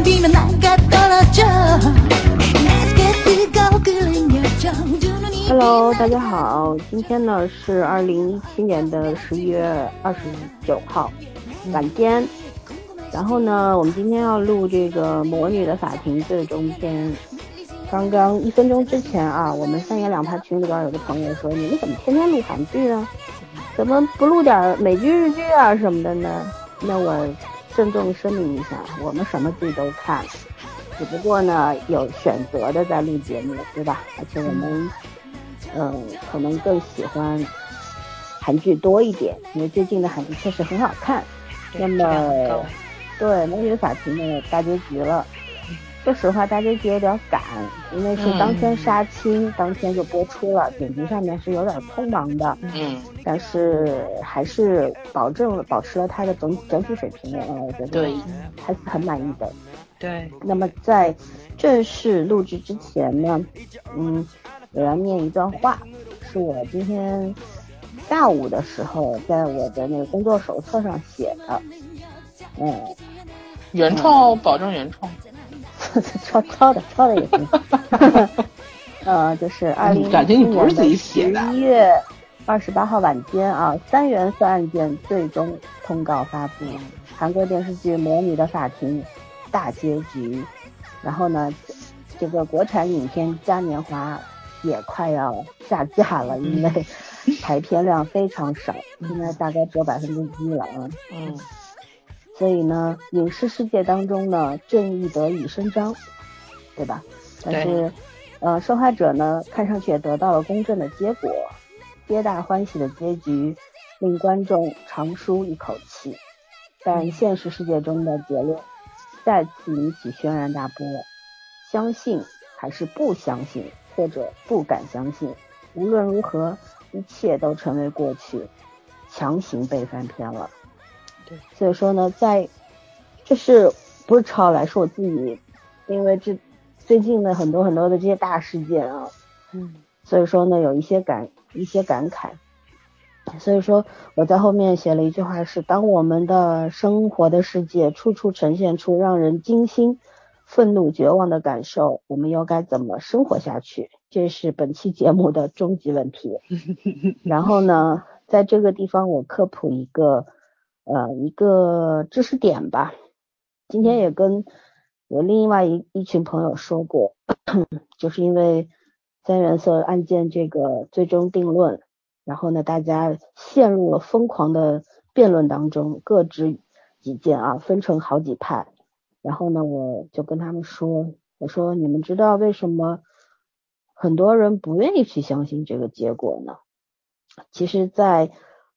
Hello， 大家好，今天呢是2017年的11月29号晚间，然后呢我们今天要录这个魔女的法庭最终篇。刚刚1分钟之前啊，我们三言两拍群里边有个朋友说，你们怎么天天录韩剧呢？怎么不录点美剧日剧啊什么的呢？那我郑重声明一下，我们什么剧都看，只不过呢有选择的在录节目，对吧？而且我们可能更喜欢韩剧多一点，因为最近的韩剧确实很好看。那么对魔女法庭呢大结局了，说实话大结局有点赶，因为是当天杀青，当天就播出了，剪辑上面是有点匆忙的，但是还是保持了它的整体水平，我觉得还是很满意的。 对。 那么在正式录制之前呢，我要念一段话，是我今天下午的时候在我的那个工作手册上写的。 原创保证原创。 抄的也行。就是2017年的11月28号晚间啊，3元素案件最终通告发布，韩国电视剧《魔女的法庭》大结局。然后呢，这个国产影片嘉年华也快要下架了，因为排片量非常少，现在大概只有1%了啊。所以呢，影视世界当中呢，正义得以伸张，对吧？但是，受害者呢，看上去也得到了公正的结果，皆大欢喜的结局，令观众长舒一口气。但现实世界中的结论再次引起轩然大波，相信还是不相信，或者不敢相信，无论如何，一切都成为过去，强行被翻篇了。所以说呢，这是不是抄来说我自己，因为这最近的很多的这些大事件啊，所以说呢有一些感慨。所以说我在后面写了一句话是，当我们的生活的世界处处呈现出让人惊心、愤怒、绝望的感受，我们又该怎么生活下去？这是本期节目的终极问题。然后呢，在这个地方我科普一个知识点吧。今天也跟有另外一群朋友说过，就是因为3元素案件这个最终定论，然后呢大家陷入了疯狂的辩论当中，各执己见啊，分成好几派。然后呢我就跟他们说，我说你们知道为什么很多人不愿意去相信这个结果呢？其实在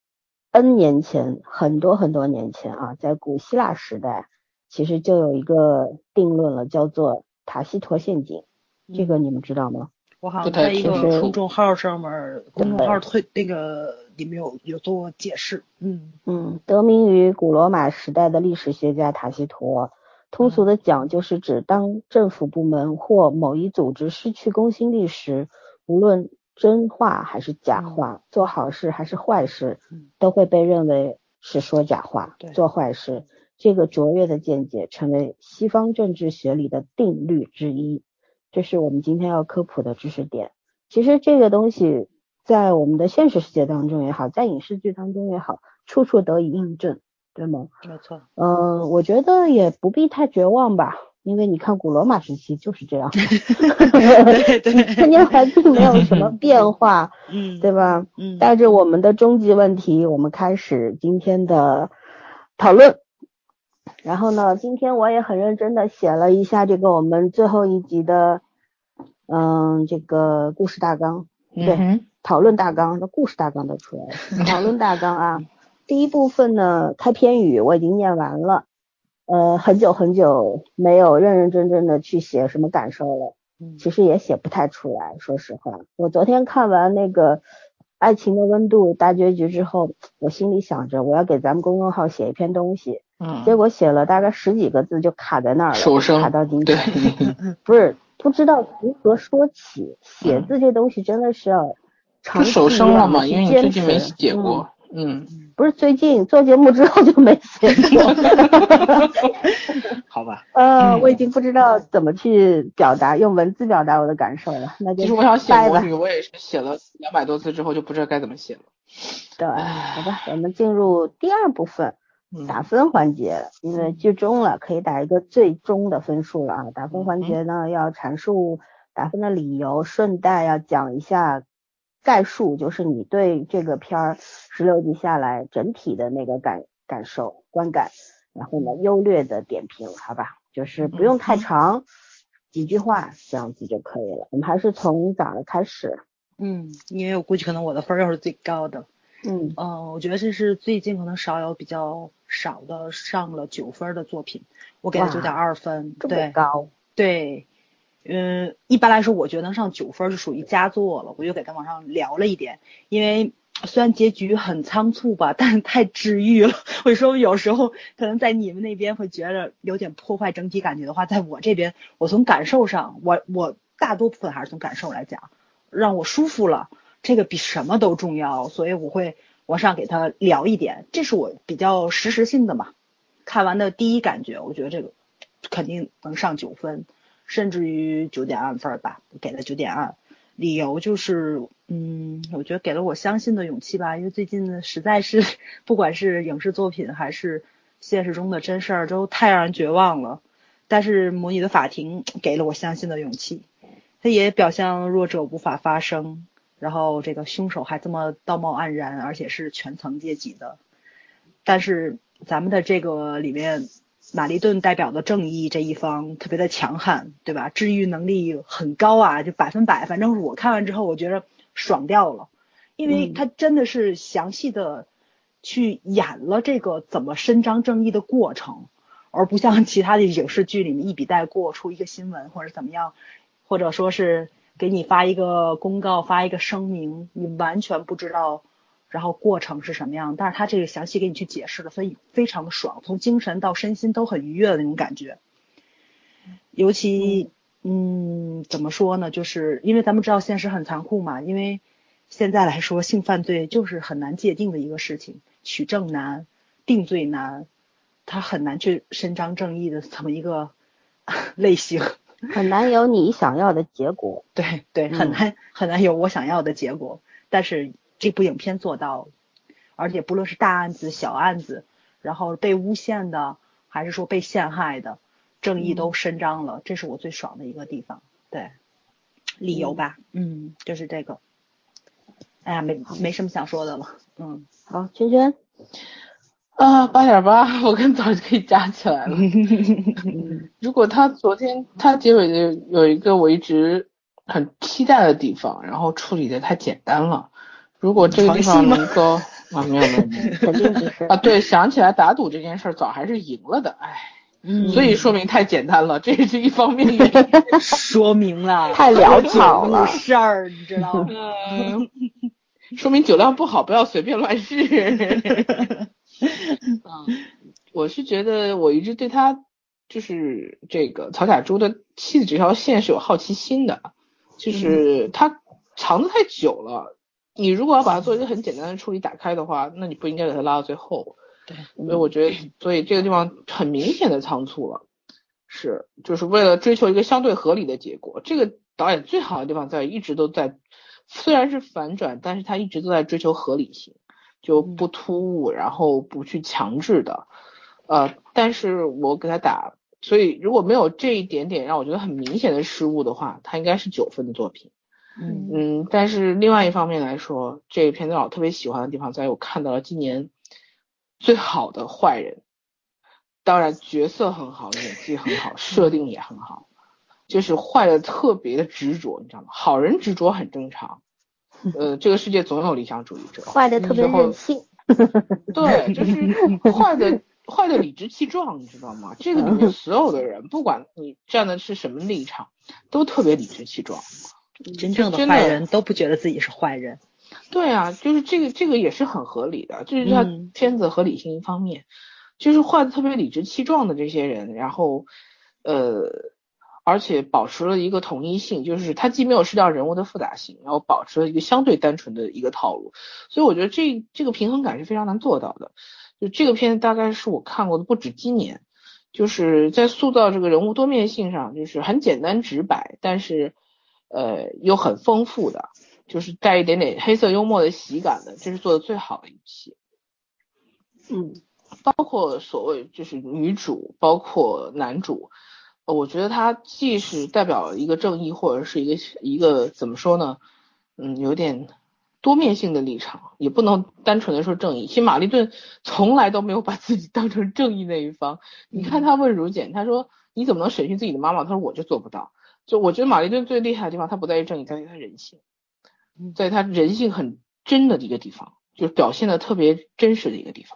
N 年前，很多年前啊，在古希腊时代其实就有一个定论了，叫做塔西佗陷阱。这个你们知道吗？ 我好像在一个公众号上面，公众号那个里面有做解释。 得名于古罗马时代的历史学家塔西佗，通俗的讲就是指当政府部门或某一组织失去公信力时，无论真话还是假话，做好事还是坏事，都会被认为是说假话，做坏事。这个卓越的见解成为西方政治学里的定律之一，这是我们今天要科普的知识点。其实这个东西在我们的现实世界当中也好，在影视剧当中也好，处处得以印证，对吗？ 没错。 我觉得也不必太绝望吧，因为你看古罗马时期就是这样。 对， 千年来并没有什么变化，对吧？带着我们的终极问题，我们开始今天的讨论。然后呢，今天我也很认真的写了一下这个我们最后一集的这个故事大纲，对，讨论大纲，那故事大纲都出来了。讨论大纲啊，第一部分呢，开篇语我已经念完了，很久没有认认真真的去写什么感受了，其实也写不太出来，说实话。我昨天看完那个爱情的温度大结局之后，我心里想着我要给咱们公众号写一篇东西，结果写了大概10几个字就卡在那儿了，卡到今天。不知道如何说起，写字这东西真的是要长期手生了嘛，因为你最近没写过。 不是最近做节目之后就没写过。 好吧。 我已经不知道怎么去表达，用文字表达我的感受了。那就其实我想写魔女，我也是写了200多字之后就不知道该怎么写了。 对，好吧，我们进入第二部分。打分环节，因为剧终了，可以打一个最终的分数了啊。打分环节呢，要阐述打分的理由，顺带要讲一下概述，就是你对这个片儿16集下来整体的那个感受观感，然后呢优劣的点评，好吧，就是不用太长，几句话这样子就可以了。我们还是从早上开始。 因为我估计可能我的分又是最高的。我觉得这是最近可能比较少的上了9分的作品，我给了9.2分。 这么高？ 对，一般来说我觉得能上9分是属于佳作了，我就给它往上聊了一点，因为虽然结局很仓促吧，但是太治愈了。我说有时候可能在你们那边会觉得有点破坏整体感觉的话，在我这边我从感受上，我大多部分还是从感受来讲，让我舒服了，这个比什么都重要，所以我会往上给他聊一点，这是我比较实时性的嘛。看完的第一感觉，我觉得这个肯定能上9分，甚至于9.2分吧，给了9.2。理由就是我觉得给了我相信的勇气吧，因为最近呢实在是不管是影视作品还是现实中的真事儿都太让人绝望了，但是模拟的法庭给了我相信的勇气，它也表现弱者无法发声，然后这个凶手还这么道貌岸然，而且是全层阶级的。但是咱们的这个里面马利顿代表的正义这一方特别的强悍，对吧？治愈能力很高啊，就100%，反正是我看完之后我觉得爽掉了，因为他真的是详细的去演了这个怎么伸张正义的过程，而不像其他的影视剧里面一笔带过，出一个新闻或者怎么样，或者说是给你发一个公告发一个声明，你完全不知道然后过程是什么样，但是他这个详细给你去解释了，所以非常的爽，从精神到身心都很愉悦的那种感觉。尤其怎么说呢，就是因为咱们知道现实很残酷嘛，因为现在来说性犯罪就是很难界定的一个事情，取证难，定罪难，他很难去伸张正义的这么一个类型， 很难有你想要的结果。 对，很难有我想要的结果，但是这部影片做到了，而且不论是大案子小案子，然后被诬陷的还是说被陷害的，正义都伸张了，这是我最爽的一个地方。对，理由吧，就是这个。哎呀，没什么想说的了。 好，圈圈。 8.8，我跟早就可以加起来了。如果他昨天他结尾的有一个我一直很期待的地方，然后处理的太简单了。如果这个地方能够没有， 肯定不是对，想起来打赌这件事早还是赢了的，所以说明太简单了，这是一方面原因。 说明了太潦草了事儿，你知道吗？ 说明酒量不好，不要随便乱试。我是觉得我一直对他就是这个曹甲珠的妻子这条线是有好奇心的，就是他藏得太久了，你如果要把它做一个很简单的处理打开的话，那你不应该给它拉到最后。 对， 所以我觉得所以这个地方很明显的仓促了，就是为了追求一个相对合理的结果。这个导演最好的地方在于一直都在，虽然是反转，但是他一直都在追求合理性，就不突兀，然后不去强制的。但是我给他打，所以如果没有这一点点让我觉得很明显的失误的话，他应该是9分的作品。但是另外一方面来说，这个片子我特别喜欢的地方在于我看到了今年最好的坏人，当然角色很好，演技很好，设定也很好，就是坏的特别的执着，你知道吗？好人执着很正常，这个世界总有理想主义者， 坏的特别任性。 对，就是坏的理直气壮，你知道吗？这个里面所有的人，不管你站的是什么立场，都特别理直气壮。 真正的坏人都不觉得自己是坏人。 对啊，就是这个也是很合理的，这是他片子合理性一方面，就是坏的特别理直气壮的这些人，然后而且保持了一个统一性，就是它既没有失掉人物的复杂性，然后保持了一个相对单纯的一个套路，所以我觉得这个平衡感是非常难做到的。就这个片子大概是我看过的不止今年，就是在塑造这个人物多面性上，就是很简单直白，但是又很丰富的，就是带一点点黑色幽默的喜感的，这是做的最好的一期。包括所谓就是女主，包括男主。我觉得他既是代表一个正义，或者是一个怎么说呢，有点多面性的立场，也不能单纯的说正义。其实玛丽顿从来都没有把自己当成正义那一方。你看他问如简，他说你怎么能审讯自己的妈妈？他说我就做不到。就我觉得玛丽顿最厉害的地方，他不在于正义，在于他人性，在他人性很真的一个地方，就是表现的特别真实的一个地方。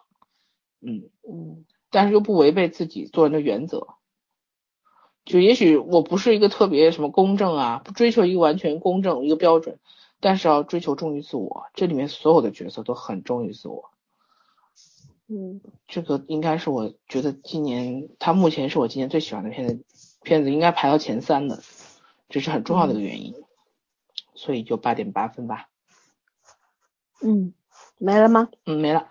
但是又不违背自己做人的原则。就也许我不是一个特别什么公正啊，不追求一个完全公正一个标准，但是要追求忠于自我，这里面所有的角色都很忠于自我。这个应该是我觉得今年他目前是我今年最喜欢的片子应该排到前3的，这是很重要的一个原因。所以就8.8分吧。 没了吗？ 没了。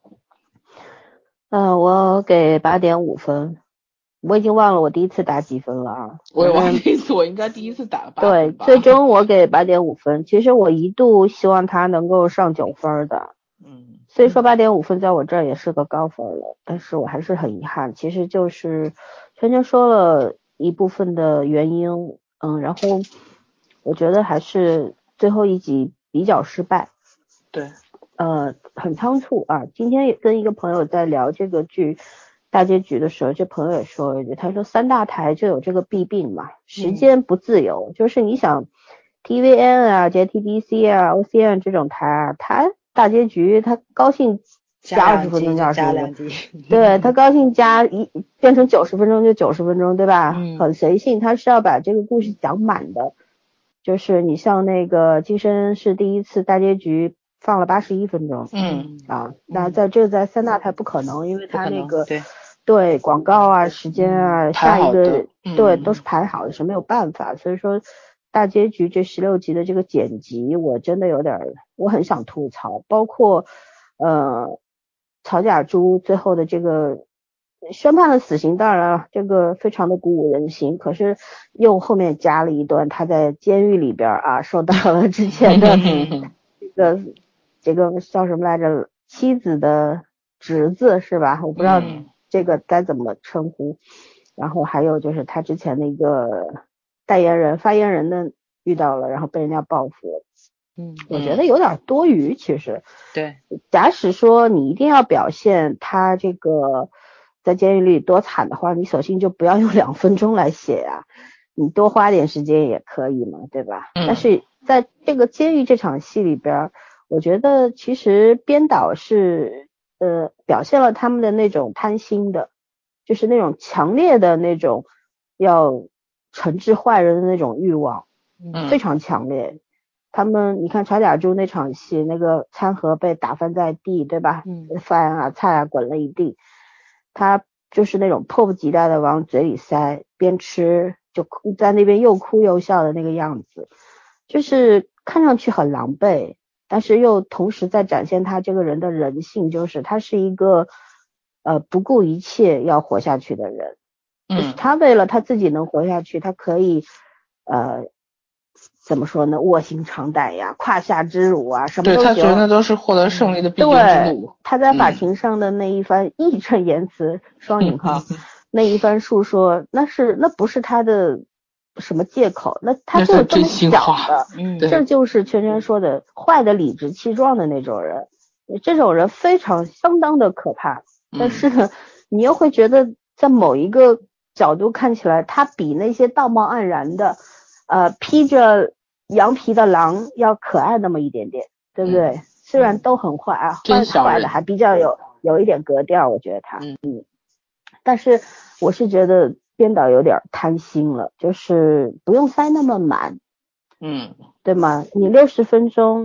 我给8.5分。我已经忘了我第一次打几分了啊！ 我也忘了第一次，我应该第一次打了8 分吧。对，最终我给8.5分。其实我一度希望他能够上9分的。所以说8.5分在我这儿也是个高分了，但是我还是很遗憾。其实就是圈圈说了一部分的原因，然后我觉得还是最后一集比较失败。 对， 很仓促啊！今天也跟一个朋友在聊这个剧大结局的时候，这朋友也说了一句，他说3大台就有这个弊病嘛，时间不自由，就是你想 TVN 啊、JTBC 啊、OCN 这种台啊，他大结局他高兴加20分钟就20分钟，对，他高兴变成90分钟就90分钟，对吧？很随性，他是要把这个故事讲满的。就是你像那个今生是第一次大结局放了81分钟，那在3大台不可能，因为他那个对广告啊、时间啊、下一个对都是排好的，是没有办法。所以说大结局这16集的这个剪辑，我真的我很想吐槽，包括曹甲珠最后的这个宣判了死刑，当然了，这个非常的鼓舞人心，可是又后面加了一段他在监狱里边啊受到了之前的这个叫什么来着，妻子的侄子是吧？我不知道这个该怎么称呼。然后还有就是他之前的一个发言人呢遇到了，然后被人家报复。我觉得有点多余，其实。 对。 假使说你一定要表现他这个在监狱里多惨的话，你索性就不要用2分钟来写啊，你多花点时间也可以嘛，对吧？但是在这个监狱这场戏里边，我觉得其实编导是表现了他们的那种贪心的，就是那种强烈的那种要惩治坏人的那种欲望，非常强烈。他们你看曹甲珠那场戏，那个餐盒被打翻在地，对吧？饭啊菜啊滚了一地，他就是那种迫不及待的往嘴里塞，边吃就在那边又哭又笑的那个样子，就是看上去很狼狈，但是又同时在展现他这个人的人性，就是他是一个不顾一切要活下去的人。就是他为了他自己能活下去，他可以怎么说呢？卧薪尝胆呀，胯下之辱啊，什么都行。 对，他觉得那都是获得胜利的必经之路。 他在法庭上的那一番义正言辞双引号那一番述说，那不是他的什么借口，那他就是这么想的。这就是圈圈说的坏的理直气壮的那种人，这种人相当的可怕。但是你又会觉得在某一个角度看起来，他比那些道貌岸然的披着羊皮的狼要可爱那么一点点，对不对？虽然都很坏啊，坏的还比较有一点格调，我觉得他但是我是觉得编导有点贪心了，就是不用塞那么满，对吗？你60分钟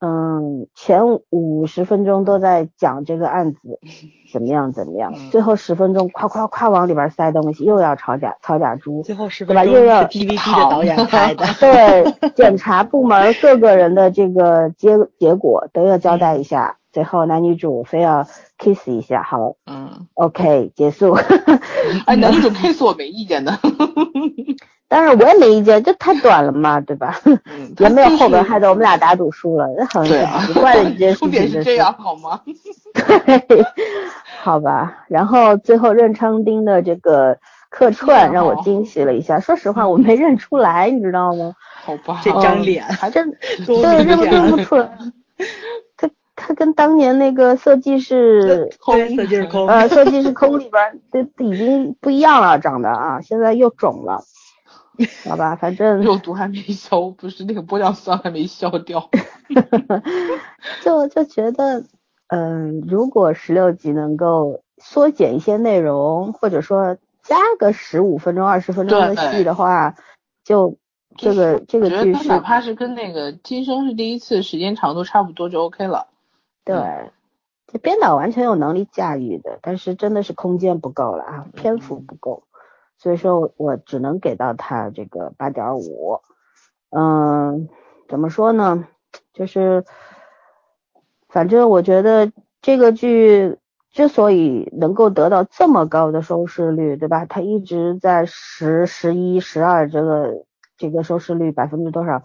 前50分钟都在讲这个案子怎么样，最后10分钟夸往里边塞东西，又要吵架猪， 最后10 对吧？ 分钟又要是 DVD 的导演拍的， 对，检察部门各个人的这个结果都要交代一下，最后男女主非要 kiss 一下，好，OK 结束。 哎，男女主 kiss 我没意见的。 当然我也没意见，这太短了嘛，对吧？也没有后边害得我们俩打赌输了，这很奇怪的一件事情。 重点是这样好吗？ 对，好吧。然后最后任昌丁的这个客串让我惊喜了一下，说实话我没认出来，你知道吗？ 好吧， 这张脸还真对认不出来。他跟当年那个色即是空里边都已经不一样了，长得啊，现在又肿了。好吧，反正肉毒还没消，不是那个玻尿酸还没消掉。 就觉得如果16集能够缩减一些内容，或者说加个15分钟20分钟的戏的话，就这个剧是哪怕是跟那个今生是第一次时间长度差不多就 OK 了。 对，这编导完全有能力驾驭的，但是真的是空间不够了啊，篇幅不够，所以说我只能给到他这个8.5。怎么说呢，就是反正我觉得这个剧之所以能够得到这么高的收视率，对吧？它一直在10、11、12这个收视率多少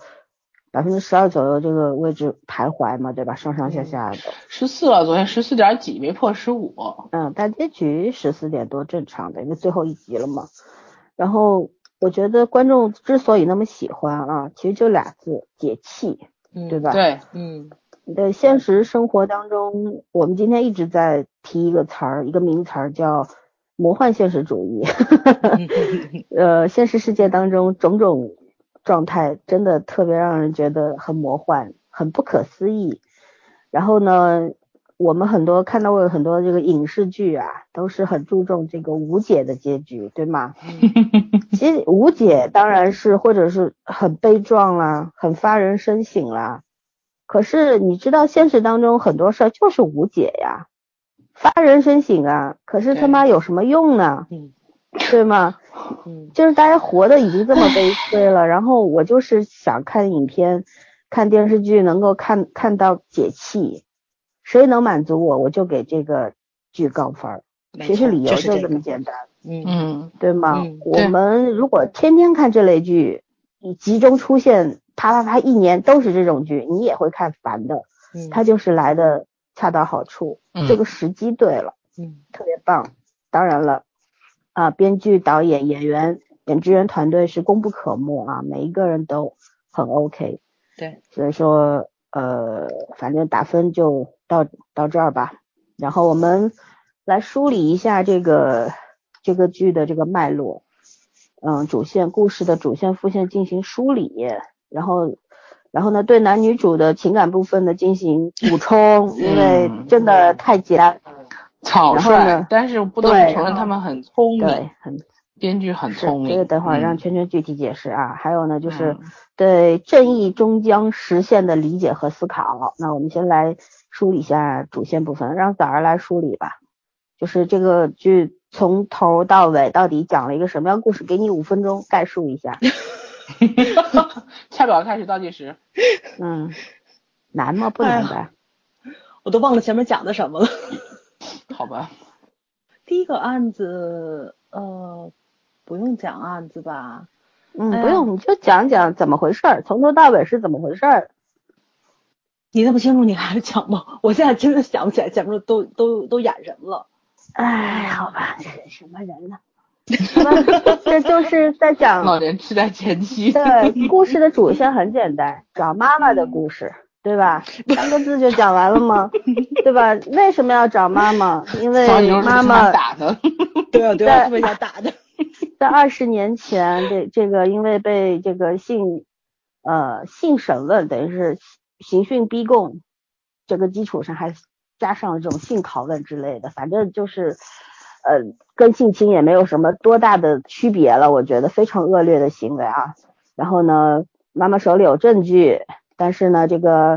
？12%左右这个位置徘徊嘛，对吧？上下的。 14了，昨天14点几，没破15。 大结局14点多正常的，因为最后一集了嘛。然后我觉得观众之所以那么喜欢啊，其实就2字：解气，对吧？ 对， 在现实生活当中，我们今天一直在提一个名词儿叫魔幻现实主义。现实世界当中种种状态真的特别让人觉得很魔幻，很不可思议。然后呢，我们看到过很多这个影视剧啊，都是很注重这个无解的结局，对吗？其实无解当然是或者是很悲壮啦，很发人深省啦。可是你知道现实当中很多事儿就是无解呀，发人深省啊，可是他妈有什么用呢？对吗？就是大家活的已经这么悲催了，然后我就是想看影片看电视剧能够看到解气，谁能满足我就给这个剧高分。其实理由就这么简单。对吗？我们如果天天看这类剧，你集中出现啪1年都是这种剧，你也会看烦的。它就是来的恰到好处，这个时机对了，特别棒。当然了编剧、导演、演员、演职员团队是功不可没啊，每一个人都很 OK。 对， 所以说反正打分就到这儿吧。然后我们来梳理一下这个剧的这个脉络，故事的主线副线进行梳理，然后呢对男女主的情感部分呢进行补充，因为真的太简草率，但是不得不承认他们很聪明， 对， 编剧很聪明。 这个等会儿让圈具体解释啊。还有呢就是对正义终将实现的理解和思考。那我们先来梳理一下主线部分，让枣儿来梳理吧。就是这个剧从头到尾到底讲了一个什么样的故事，给你5分钟概述一下。 掐表开始倒计时。 难吗？不难吧？ 我都忘了前面讲的什么了。 好吧。 第一个案子不用讲案子吧？ 不用，你就讲讲怎么回事，从头到尾是怎么回事。 你那么清楚，你还是讲吗？我现在真的想不起来，前面都演人了。 好吧，这是什么人呢？好吧，这就是在讲老年痴呆前期。 对，故事的主线很简单，找妈妈的故事，对吧？3个字就讲完了吗？对吧？为什么要找妈妈？因为妈妈打的。 对啊，特别想打的。 在20年前，这个因为被这个性审问，等于是刑讯逼供，这个基础上还加上了这种性拷问之类的，反正就是跟性侵也没有什么多大的区别了，我觉得非常恶劣的行为啊。然后呢，妈妈手里有证据，但是呢，这个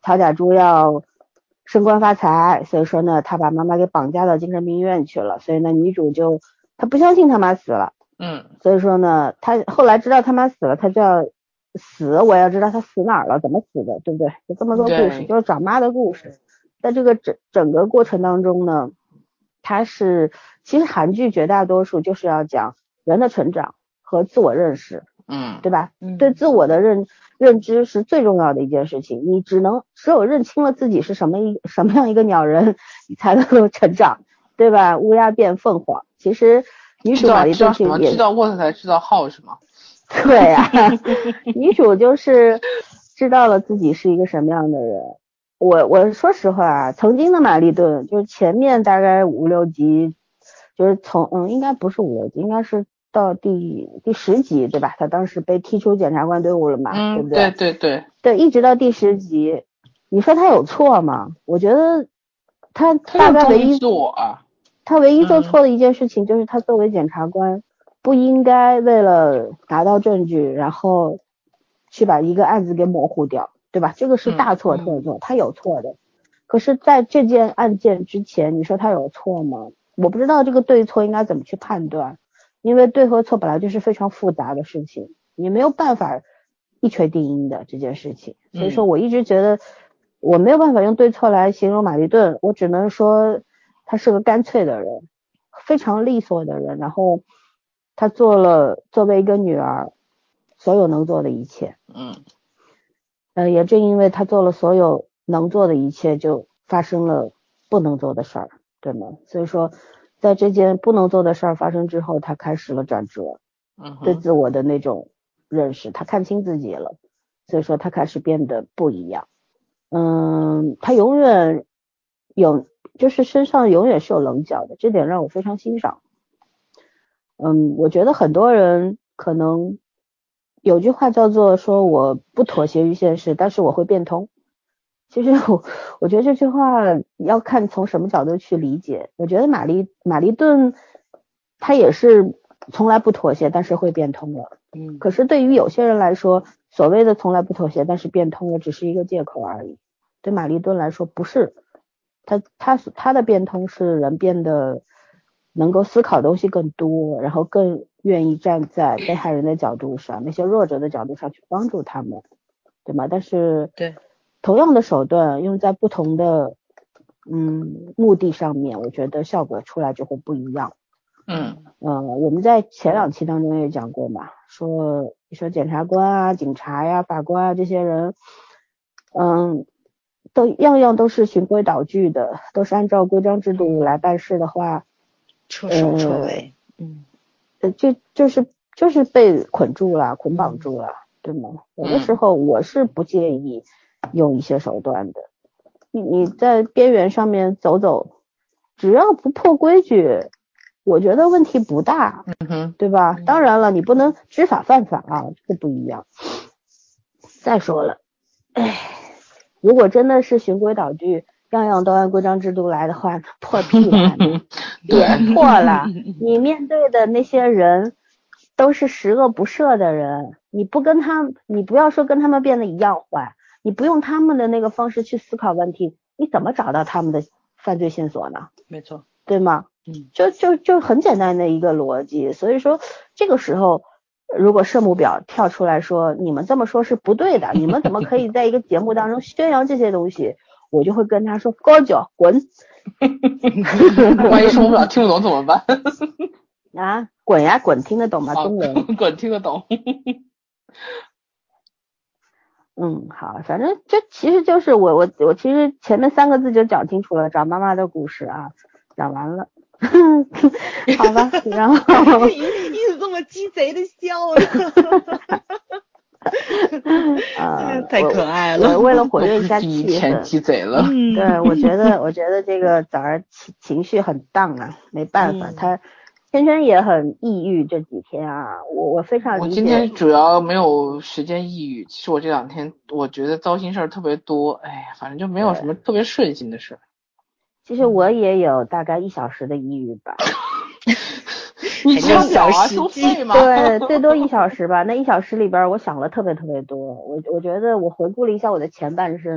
陶甲珠要升官发财，所以说呢他把妈妈给绑架到精神病院去了，所以呢女主就她不相信他妈死了，所以说呢她后来知道他妈死了，她就要死，我要知道他死哪儿了，怎么死的，对不对？有这么多故事，就是找妈的故事。在这个整个过程当中呢，其实韩剧绝大多数就是要讲人的成长和自我认识，对吧？对自我的认知是最重要的一件事情。你只有认清了自己是什么样一个鸟人，你才能够成长，对吧？乌鸦变凤凰。其实女主玛丽顿也知道what才知道 how 是吗？ 对啊，女主就是知道了自己是一个什么样的人。我说实话啊，曾经的玛丽顿就是前面大概5、6集，就是应该不是5、6集，应该是到第10集，对吧？她当时被踢出检察官队伍了嘛，对不对？对，一直到第10集，你说她有错吗？我觉得她大概唯一做错的一件事情就是她作为检察官不应该为了拿到证据，然后去把一个案子给模糊掉，对吧？这个是大错特错，他有错的。可是在这件案件之前，你说他有错吗？我不知道这个对错应该怎么去判断，因为对和错本来就是非常复杂的事情，你没有办法一锤定音的这件事情。所以说我一直觉得我没有办法用对错来形容玛丽顿，我只能说他是个干脆的人，非常利索的人，然后他做了作为一个女儿所有能做的一切，也正因为他做了所有能做的一切，就发生了不能做的事儿，对吗？所以说在这件不能做的事儿发生之后，他开始了转折，对自我的那种认识，他看清自己了，所以说他开始变得不一样。他永远就是身上永远是有棱角的，这点让我非常欣赏。我觉得很多人可能有句话叫做说我不妥协于现实，但是我会变通。其实我觉得这句话要看从什么角度去理解。我觉得玛丽顿她也是从来不妥协，但是会变通了。可是对于有些人来说，所谓的从来不妥协但是变通了只是一个借口而已。对玛丽顿来说不是，她的变通是人变得能够思考东西更多，然后更愿意站在被害人的角度上，那些弱者的角度上去帮助他们，对吗？但是同样的手段用在不同的目的上面，我觉得效果出来就会不一样。我们在前2期当中也讲过嘛，说检察官啊、警察呀、法官啊这些人，都样样都是循规蹈矩的，都是按照规章制度来办事的话， 彻首彻尾， 就是被捆住了，捆绑住了，对吗？有的时候我是不建议用一些手段的。你在边缘上面走走，只要不破规矩，我觉得问题不大，对吧？当然了，你不能知法犯法啊，这不一样。再说了，如果真的是循规蹈矩，样样都按规章制度来的话，破屁了，别破了。你面对的那些人都是十恶不赦的人，你不要说跟他们变得一样坏，你不用他们的那个方式去思考问题，你怎么找到他们的犯罪线索呢？ 没错， 对吗？就很简单的一个逻辑。所以说这个时候如果圣母婊跳出来说你们这么说是不对的，你们怎么可以在一个节目当中宣扬这些东西，我就会跟他说高脚滚万一圣母婊听不懂怎么办啊？滚呀滚，听得懂吗？中文滚听得懂好，反正这其实就是我其实前面3个字就讲清楚了，找妈妈的故事啊，讲完了好吧，然后你怎么这么鸡贼的笑呢太可爱了。 我为了活跃一下气氛， 鸡贼了。 对，我觉得这个早儿情绪很荡啊，没办法，他芊芊也很抑郁这几天啊，我非常理解。 我今天主要没有时间抑郁，其实我这2天我觉得糟心事儿特别多，哎呀，反正就没有什么特别顺心的事。 其实我也有大概1小时的抑郁吧。 你这小啊收费吗？ 对，最多1小时吧。那1小时里边我想了特别特别多。我觉得我回顾了一下我的前半生，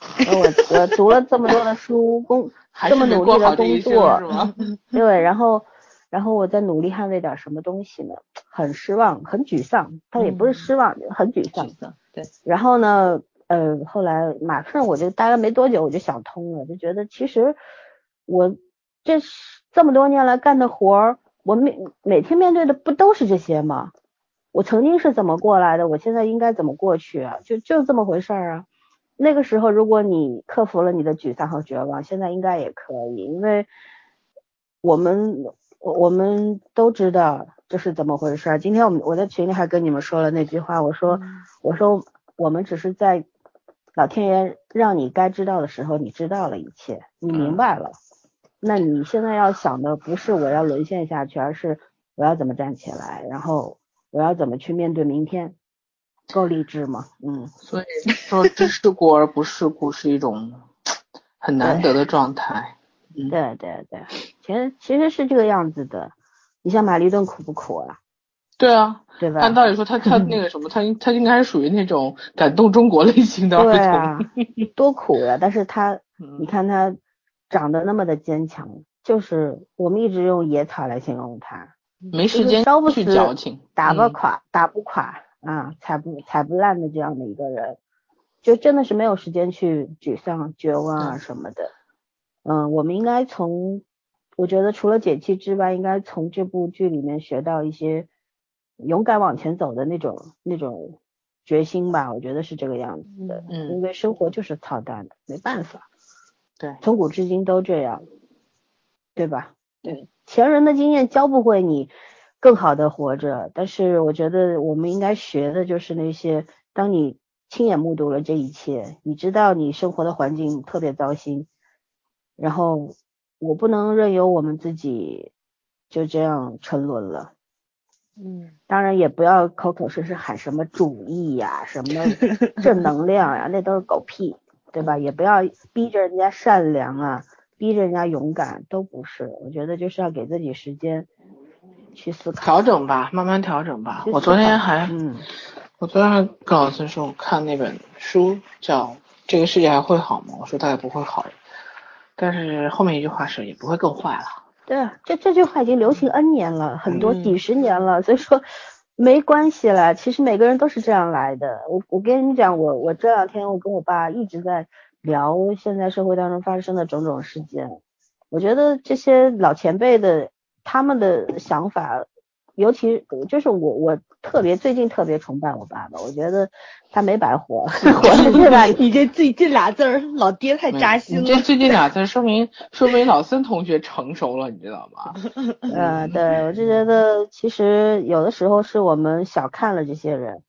我读了这么多的书，这么努力的工作， 是吗？ 对，然后我在努力捍卫点什么东西呢？很失望，很沮丧，但也不是失望，很沮丧。 对。 然后呢，后来马上我就大概没多久我就想通了，就觉得其实我这么多年来干的活儿，我每天面对的不都是这些吗？我曾经是怎么过来的，我现在应该怎么过去啊？就这么回事儿啊。那个时候如果你克服了你的沮丧和绝望，现在应该也可以，因为我们都知道这是怎么回事。今天我在群里还跟你们说了那句话，我说我们只是在老天爷让你该知道的时候你知道了一切，你明白了，那你现在要想的不是我要沦陷下去，而是我要怎么站起来，然后我要怎么去面对明天。够励志吗？ 所以说知世故而不世故是一种很难得的状态。 对，其实是这个样子的。你像玛丽顿苦不苦啊？ 对啊， 对吧？ 按道理说他那个什么，他应该是属于那种感动中国类型的儿童。 对啊，多苦呀！但是他，你看他长得那么的坚强，就是我们一直用野草来形容他， 没时间去矫情， 打不垮啊，踩不烂的这样的一个人，就真的是没有时间去沮丧、绝望啊什么的。我们应该我觉得除了解气之外，应该从这部剧里面学到一些勇敢往前走的那种决心吧，我觉得是这个样子的。因为生活就是操蛋的，没办法。 对， 从古至今都这样，对吧？ 对， 前人的经验教不会你更好的活着，但是我觉得我们应该学的就是那些，当你亲眼目睹了这一切，你知道你生活的环境特别糟心，然后我不能任由我们自己就这样沉沦了。当然也不要口口声声喊什么主义呀，什么正能量呀，那都是狗屁，对吧？也不要逼着人家善良啊，逼着人家勇敢，都不是。我觉得就是要给自己时间去思考， 调整吧，慢慢调整吧。我昨天还跟老师说，我看那本书叫《这个世界还会好吗》，我说大概不会好，但是后面一句话是也不会更坏了。 对啊，这句话已经流行 N 年了，很多几十年了，所以说没关系了。其实每个人都是这样来的。我跟你讲，我这两天我跟我爸一直在聊现在社会当中发生的种种事件。我觉得这些老前辈的他们的想法，尤其就是我最近特别崇拜我爸爸，我觉得他没白活，对吧？ 你这俩字儿，老爹太扎心了。 你这最近俩字说明老森同学成熟了，你知道吗？ 对，我就觉得其实有的时候是我们小看了这些人。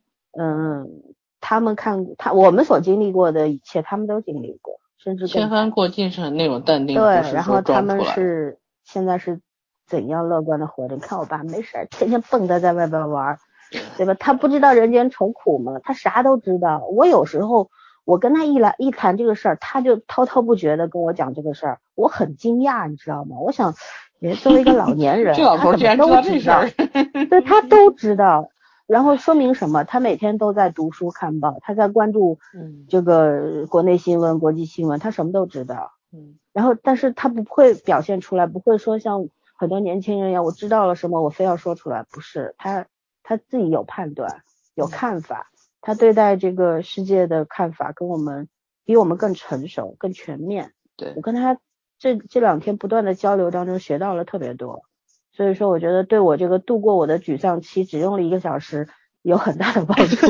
他们我们所经历过的一切，他们都经历过，甚至千帆过尽是那种淡定， 对，然后他们现在是怎样乐观的活着？你看我爸没事天天蹦跶在外边玩，对吧？他不知道人间愁苦吗？他啥都知道。我有时候我跟他一谈这个事儿，他就滔滔不绝的跟我讲这个事儿，我很惊讶，你知道吗？我想，作为一个老年人， 这老头竟然知道这事儿， 对，他都知道。然后说明什么？他每天都在读书看报，他在关注这个国内新闻、国际新闻，他什么都知道。然后但是他不会表现出来，不会说像很多年轻人一样，我知道了什么我非要说出来，不是，他自己有判断，有看法，他对待这个世界的看法比我们更成熟、更全面。 对， 我跟他这两天不断的交流当中学到了特别多。所以说我觉得对我这个度过我的沮丧期只用了1个小时有很大的帮助。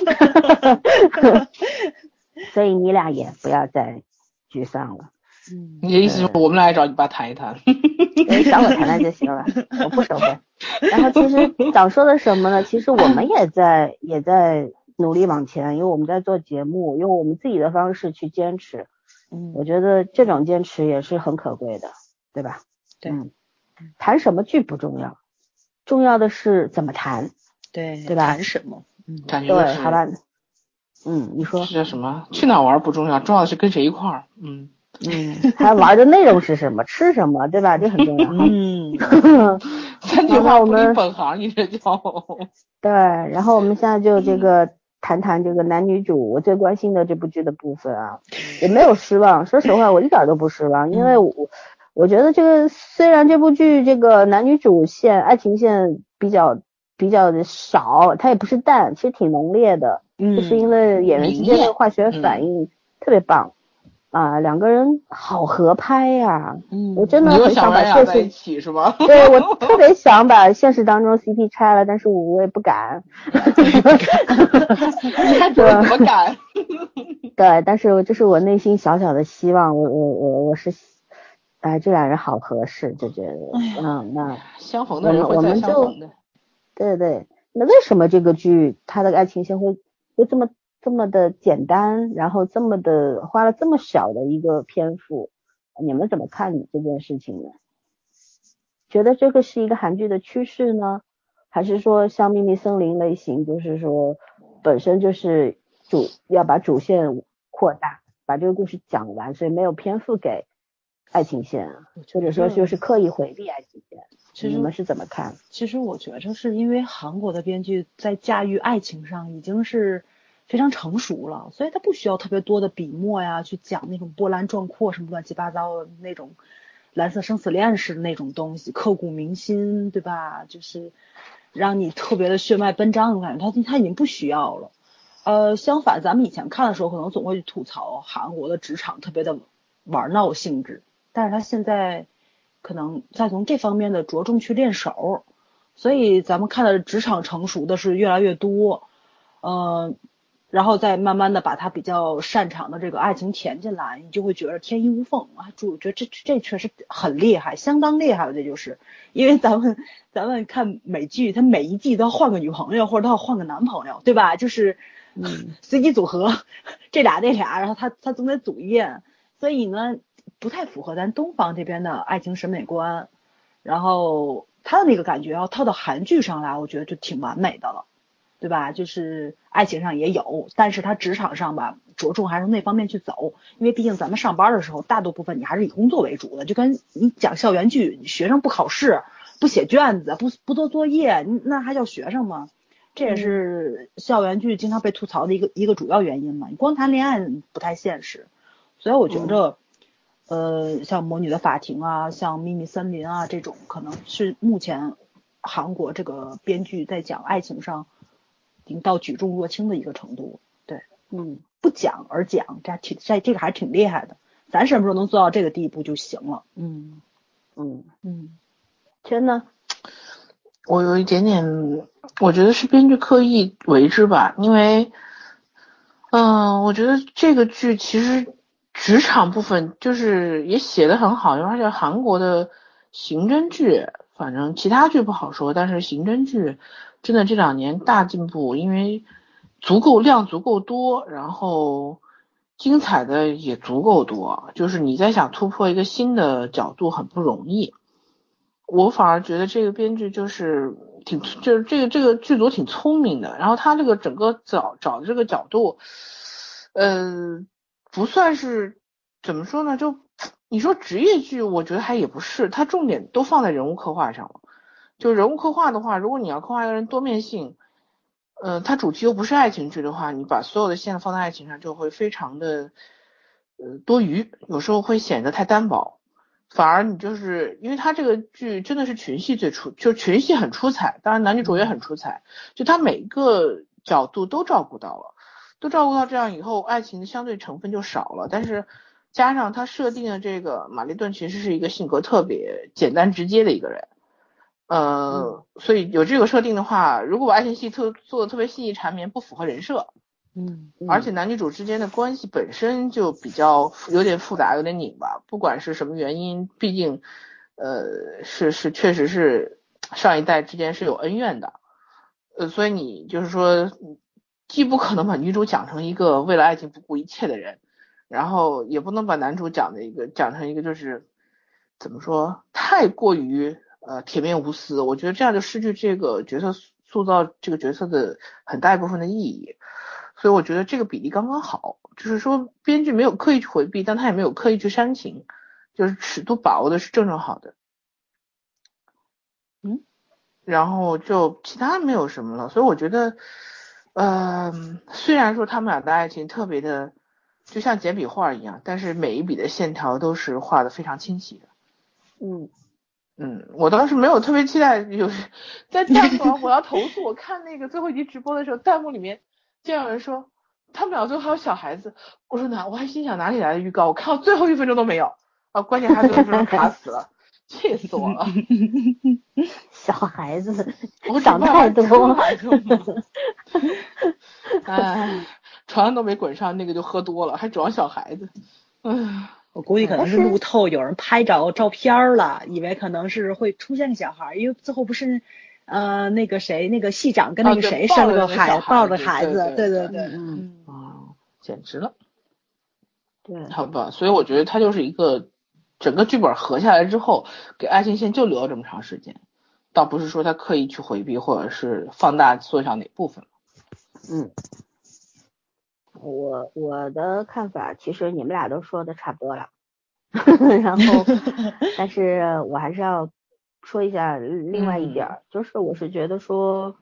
所以你俩也不要再沮丧了。 你的意思是我们来找你爸谈一谈？ 找我谈谈就行了，我不收费。然后其实想说的什么呢？其实我们也在努力往前，因为我们在做节目，用我们自己的方式去坚持。我觉得这种坚持也是很可贵的，对吧？ 对。 谈什么剧不重要，重要的是怎么谈， 对吧？ 谈什么？ 感觉对，好吧。你说是什么？去哪玩不重要，重要的是跟谁一块儿。 还玩的内容是什么，吃什么，对吧？这很重要。 三句话不离本行，你这叫。 对，然后我们现在就这个谈谈这个男女主我最关心的这部剧的部分啊，也没有失望，说实话我一点都不失望，因为我觉得这个虽然这部剧这个男女主线爱情线比较的少，它也不是淡，其实挺浓烈的，就是因为演员之间的化学反应特别棒。两个人好合拍呀！我真的很想把现实一起是吧？ 对，我特别想把现实当中 CP 拆了，但是我也不敢。 你还怎么敢？ 对，但是这是我内心小小的希望。我是，这两人好合适，就觉得，那相逢的人会再相逢的。 对，那为什么这个剧它的爱情线会这么的简单，然后这么的花了这么小的一个篇幅，你们怎么看这件事情呢？觉得这个是一个韩剧的趋势呢，还是说像秘密森林类型，就是说本身就是要把主线扩大，把这个故事讲完，所以没有篇幅给爱情线，或者说就是刻意回避爱情线，你们是怎么看？ 其实我觉得是因为韩国的编剧在驾驭爱情上已经是非常成熟了，所以他不需要特别多的笔墨呀，去讲那种波澜壮阔什么乱七八糟的那种蓝色生死恋式的那种东西，刻骨铭心，对吧？就是让你特别的血脉奔张的感觉，他已经不需要了。相反，咱们以前看的时候，可能总会去吐槽韩国的职场特别的玩闹性质，但是他现在可能在从这方面的着重去练手，所以咱们看的职场成熟的是越来越多，然后再慢慢的把他比较擅长的这个爱情填进来，你就会觉得天衣无缝啊！我觉得这确实很厉害，相当厉害了。这就是因为咱们看美剧，他每一季都要换个女朋友或者都要换个男朋友，对吧？就是随机组合，这俩那俩，然后他总得组一遍，所以呢不太符合咱东方这边的爱情审美观。然后他的那个感觉要套到韩剧上来，我觉得就挺完美的了。对吧？就是爱情上也有，但是他职场上吧，着重还是那方面去走，因为毕竟咱们上班的时候，大多部分你还是以工作为主的，就跟你讲校园剧，学生不考试、不写卷子、不做作业，那还叫学生吗？这也是校园剧经常被吐槽的一个主要原因嘛。你光谈恋爱不太现实，所以我觉得，像《魔女的法庭》啊，像《秘密森林》啊这种，可能是目前韩国这个编剧在讲爱情上已经到举重若轻的一个程度，对，不讲而讲，这个还挺厉害的，咱什么时候能做到这个地步就行了。 真的， 我有一点点，我觉得是编剧刻意为之吧，因为，我觉得这个剧其实职场部分就是也写得很好，而且韩国的刑侦剧，反正其他剧不好说，但是刑侦剧真的这2年大进步，因为量足够多，然后精彩的也足够多，就是你在想突破一个新的角度很不容易。我反而觉得这个编剧就是这个剧组挺聪明的，然后他这个整个找的这个角度，不算是怎么说呢？就你说职业剧，我觉得还也不是，他重点都放在人物刻画上了。就人物刻画的话，如果你要刻画一个人多面性，他主题又不是爱情剧的话，你把所有的线放在爱情上，就会非常的多余，有时候会显得太单薄。反而你就是因为他这个剧真的是群戏就群戏很出彩，当然男女主也很出彩，就他每一个角度都照顾到了，这样以后爱情的相对成分就少了。但是加上他设定的这个玛丽顿其实是一个性格特别简单直接的一个人，所以有这个设定的话，如果把爱情戏做的特别细腻缠绵，不符合人设。而且男女主之间的关系本身就比较有点复杂，有点拧巴，不管是什么原因，毕竟确实是上一代之间是有恩怨的，所以你就是说既不可能把女主讲成一个为了爱情不顾一切的人，然后也不能把男主讲成一个就是怎么说太过于铁面无私，我觉得这样就失去这个角色塑造这个角色的很大一部分的意义。所以我觉得这个比例刚刚好，就是说编剧没有刻意去回避，但他也没有刻意去煽情，就是尺度把握的是正好的。然后就其他没有什么了，所以我觉得虽然说他们俩的爱情特别的就像简笔画一样，但是每一笔的线条都是画的非常清晰的。我当时没有特别期待，在弹幕上我要投诉，我看那个最后一集直播的时候，弹幕里面就有人说他们俩最后还有小孩子，我说我还心想哪里来的预告，我看到最后1分钟都没有啊，关键还最后1分钟卡死了，气死我了。 小孩子， 我想太多。 哎，船都没滚上，那个就喝多了，还指望小孩子。 我估计可能是路透有人拍着照片了，以为可能是会出现个小孩，因为最后不是那个谁那个系长跟那个谁生了个孩子，抱着孩子，对， 简直了。 对， 好吧，所以我觉得他就是一个整个剧本合下来之后，给爱情线就留了这么长时间，倒不是说他刻意去回避或者是放大缩小哪部分。 我的看法其实你们俩都说的差不多了，然后但是我还是要说一下另外一点，就是我是觉得说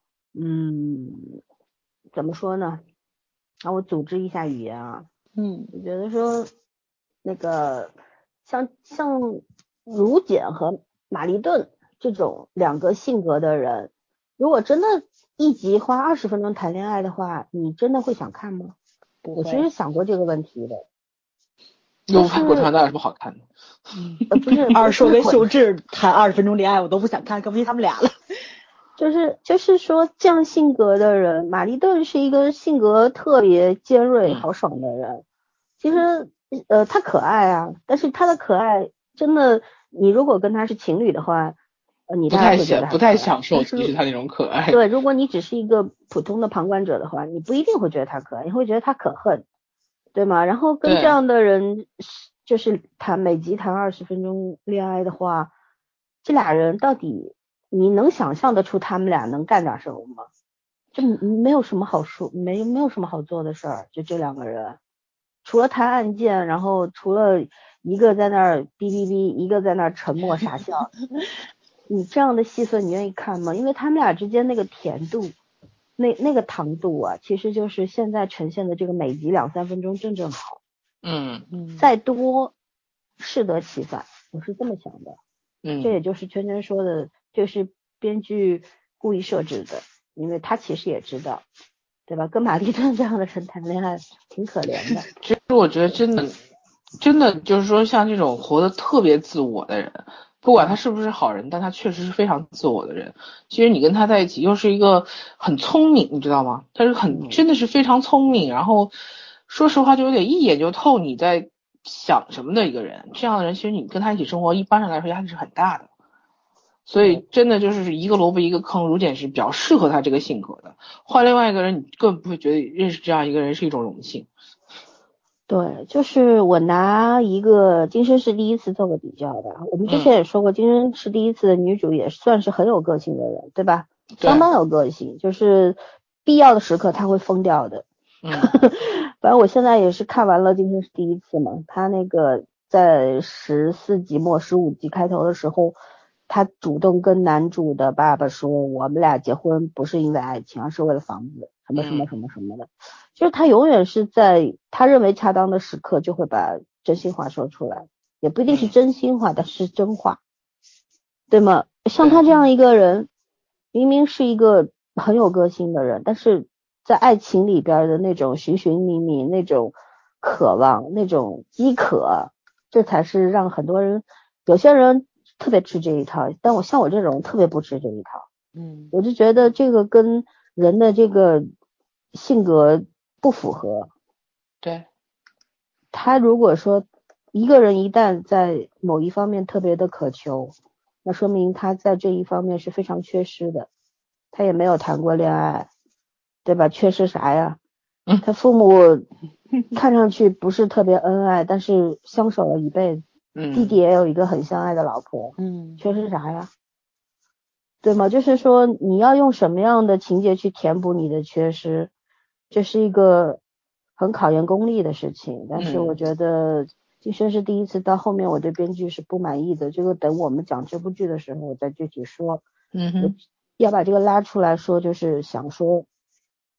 怎么说呢，让我组织一下语言啊。我觉得说那个像如简和玛丽顿这种两个性格的人，如果真的一集花20分钟谈恋爱的话，你真的会想看吗？我其实想过这个问题的。 有拍过船，那有什么好看的？ 不是二硕跟秀智谈20分钟恋爱，我都不想看，更别提他们俩了。 就是说这样性格的人，玛丽顿是一个性格特别尖锐豪爽的人。其实他可爱啊，但是他的可爱真的，你如果跟他是情侣的话，你当然会觉得不太享受其实他那种可爱。 对，如果你只是一个普通的旁观者的话，你不一定会觉得他可爱，你会觉得他可恨，对吗？然后跟这样的人就是每集谈20分钟恋爱的话，这俩人到底你能想象得出他们俩能干点什么吗？就没有什么好说，没有什么好做的事儿，就这两个人，除了谈案件，然后除了一个在那儿哔哔哔，一个在那儿沉默傻笑，你这样的戏份你愿意看吗？因为他们俩之间那个甜度，那个糖度啊，其实就是现在呈现的这个每集2-3分钟正好。再多适得其反，我是这么想的。这也就是圈圈说的，这是编剧故意设置的，因为他其实也知道，对吧？跟玛丽顿这样的人谈恋爱挺可怜的。 其实我觉得真的就是说，像这种活得特别自我的人，不管他是不是好人，但他确实是非常自我的人。其实你跟他在一起，又是一个很聪明，你知道吗？他是真的是非常聪明，然后说实话就有点一眼就透你在想什么的一个人。这样的人，其实你跟他一起生活，一般上来说压力是很大的。所以真的就是一个萝卜一个坑，如简是比较适合他这个性格的。换另外一个人，你根本不会觉得认识这样一个人是一种荣幸。 对，就是我拿一个《今生是第一次》做个比较吧。我们之前也说过，《今生是第一次》的女主也算是很有个性的人，对吧？相当有个性，就是必要的时刻她会疯掉的。反正我现在也是看完了《今生是第一次》嘛，她那个在14集末15集开头的时候，她主动跟男主的爸爸说，我们俩结婚不是因为爱情，而是为了房子，什么什么什么什么的。就是他永远是在他认为恰当的时刻就会把真心话说出来，也不一定是真心话，但是真话，对吗？像他这样一个人，明明是一个很有个性的人，但是在爱情里边的那种寻寻觅觅，那种渴望，那种饥渴，这才是让很多人，有些人特别吃这一套，但我像我这种特别不吃这一套。我就觉得这个跟人的这个性格不符合。 对， 他如果说一个人一旦在某一方面特别的渴求，那说明他在这一方面是非常缺失的，他也没有谈过恋爱，对吧？缺失啥呀？他父母看上去不是特别恩爱，但是相守了一辈子，弟弟也有一个很相爱的老婆，缺失啥呀？对吗？就是说你要用什么样的情节去填补你的缺失，这是一个很考验功力的事情。但是我觉得今生是第一次，到后面我对编剧是不满意的，这个等我们讲这部剧的时候我再具体说。要把这个拉出来说，就是想说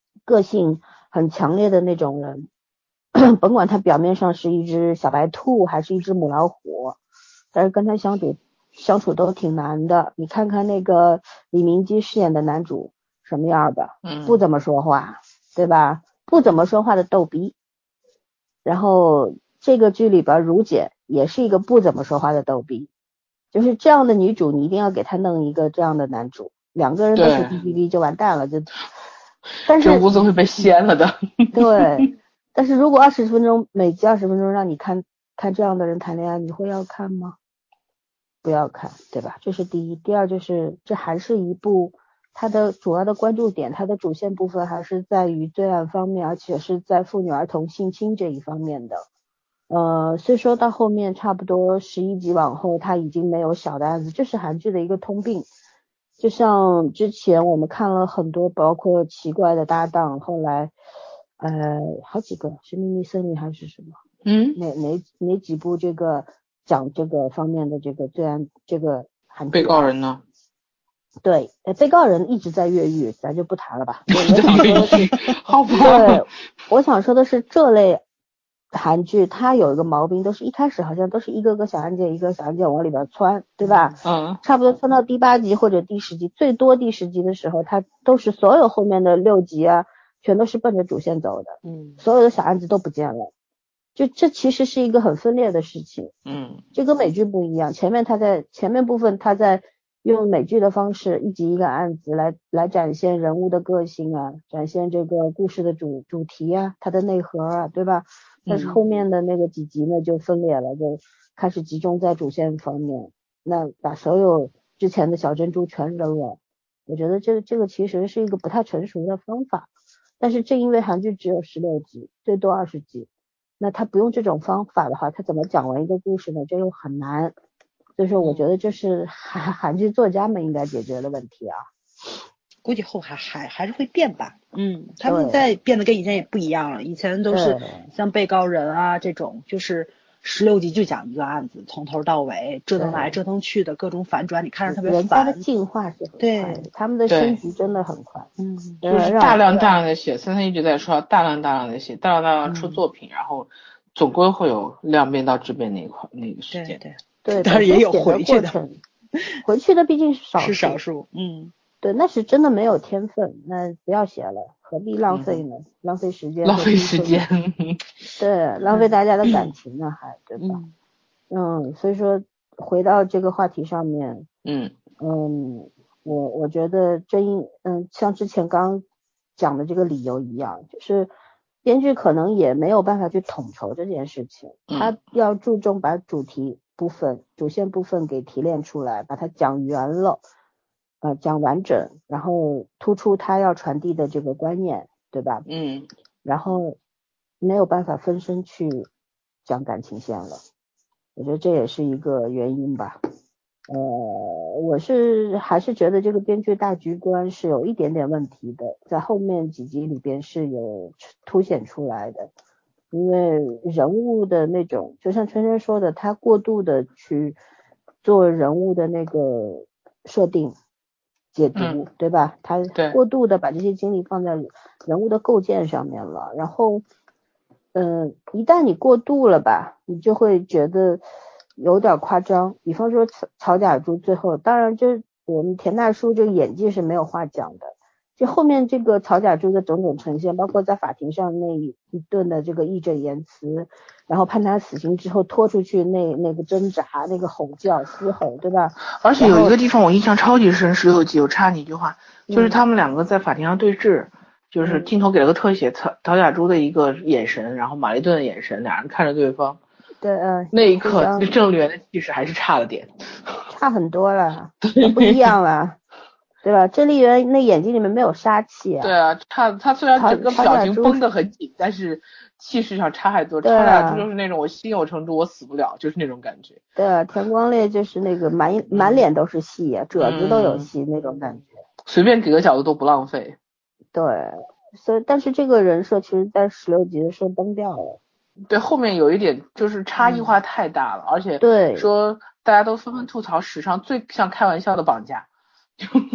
个性很强烈的那种人，甭管他表面上是一只小白兔还是一只母老虎，但是跟他相处都挺难的。你看看那个李明基饰演的男主什么样的，不怎么说话，对吧？不怎么说话的逗逼。然后这个剧里边如姐也是一个不怎么说话的逗逼，就是这样的女主你一定要给她弄一个这样的男主，两个人都是 BBB 就完蛋了，就但是这屋子会被掀了的。 对，但是如果每集20分钟让你看这样的人谈恋爱，你会要看吗？不要看，对吧？这是第一。第二就是这还是一部它的主要的关注点，它的主线部分还是在于罪案方面，而且是在妇女儿童性侵这一方面的。虽说到后面差不多11集往后它已经没有小的案子，这是韩剧的一个通病。就像之前我们看了很多包括奇怪的搭档，后来好几个是秘密森林还是什么哪几部这个讲这个方面的这个罪案这个韩剧被告人呢？ 对，被告人一直在越狱，咱就不谈了吧。我想说的是好吧。 对，我想说的是这类韩剧它有一个毛病，都是一开始好像都是一个个小案件一个小案件往里边窜，对吧？差不多窜到第8集或者第10集，最多第10集的时候，它都是所有后面的6集啊，全都是奔着主线走的。所有的小案子都不见了。就这其实是一个很分裂的事情。这跟美剧不一样，前面部分他在用美剧的方式一集一个案子来展现人物的个性啊，展现这个故事的主题啊，它的内核啊，对吧？但是后面的那个几集呢就分裂了，就开始集中在主线方面，那把所有之前的小珍珠全扔了。我觉得这个其实是一个不太成熟的方法，但是正因为韩剧只有16集，最多20集，那他不用这种方法的话，他怎么讲完一个故事呢？这又很难。所以说我觉得这是韩剧作家们应该解决的问题啊。 估计后还是会变吧。他们在变得跟以前也不一样了。以前都是像被告人啊这种，就是16集就讲一个案子，从头到尾折腾来折腾去的各种反转，你看着特别烦。 人家的进化是很快的，他们的升级真的很快。 就是大量的写，森森一直在说大量的写，大量出作品，然后总归会有量变到质变那个时间。 对， 但是也有回去的， 回去的毕竟是少数。 对，那是真的没有天分，那不要写了，何必浪费呢？浪费时间，对，浪费大家的感情呢，对吧？所以说回到这个话题上面，我觉得像之前刚讲的这个理由一样，就是编剧可能也没有办法去统筹这件事情，他要注重把主线部分给提炼出来，把它讲圆了。讲完整，然后突出他要传递的这个观念，对吧？然后没有办法分身去讲感情线了，我觉得这也是一个原因吧。我还是觉得这个编剧大局观是有一点点问题的，在后面几集里边是有凸显出来的，因为人物的那种，就像春春说的，他过度的去做人物的那个设定。解读，对吧？他过度的把这些精力放在人物的构建上面了，然后一旦你过度了吧，你就会觉得有点夸张。比方说曹甲珠最后，当然就我们田大叔这个演技是没有话讲的，就后面这个曹甲珠的种种呈现，包括在法庭上那一顿的这个义正言辞，然后判他死刑之后拖出去那个挣扎，那个吼叫嘶吼，对吧？ 而且有一个地方我印象超级深，16集我插你一句话，就是他们两个在法庭上对峙，就是镜头给了个特写，曹甲珠的一个眼神，然后马丽顿的眼神，俩人看着对方。 对， 那一刻郑丽媛的气势还是差了点， 差很多了，不一样了。对吧？郑丽媛那眼睛里面没有杀气啊。 对啊，他虽然整个表情绷得很紧，但是气势上差太多。曹甲珠就是那种我心有成竹我死不了，就是那种感觉。 对啊，田光烈就是那个满脸都是戏啊，褶子都有戏那种感觉。 随便给个角度都不浪费。 对，所以但是这个人设其实在16集的时候崩掉了。 对，后面有一点就是差异化太大了，而且对说大家都纷纷吐槽史上最像开玩笑的绑架。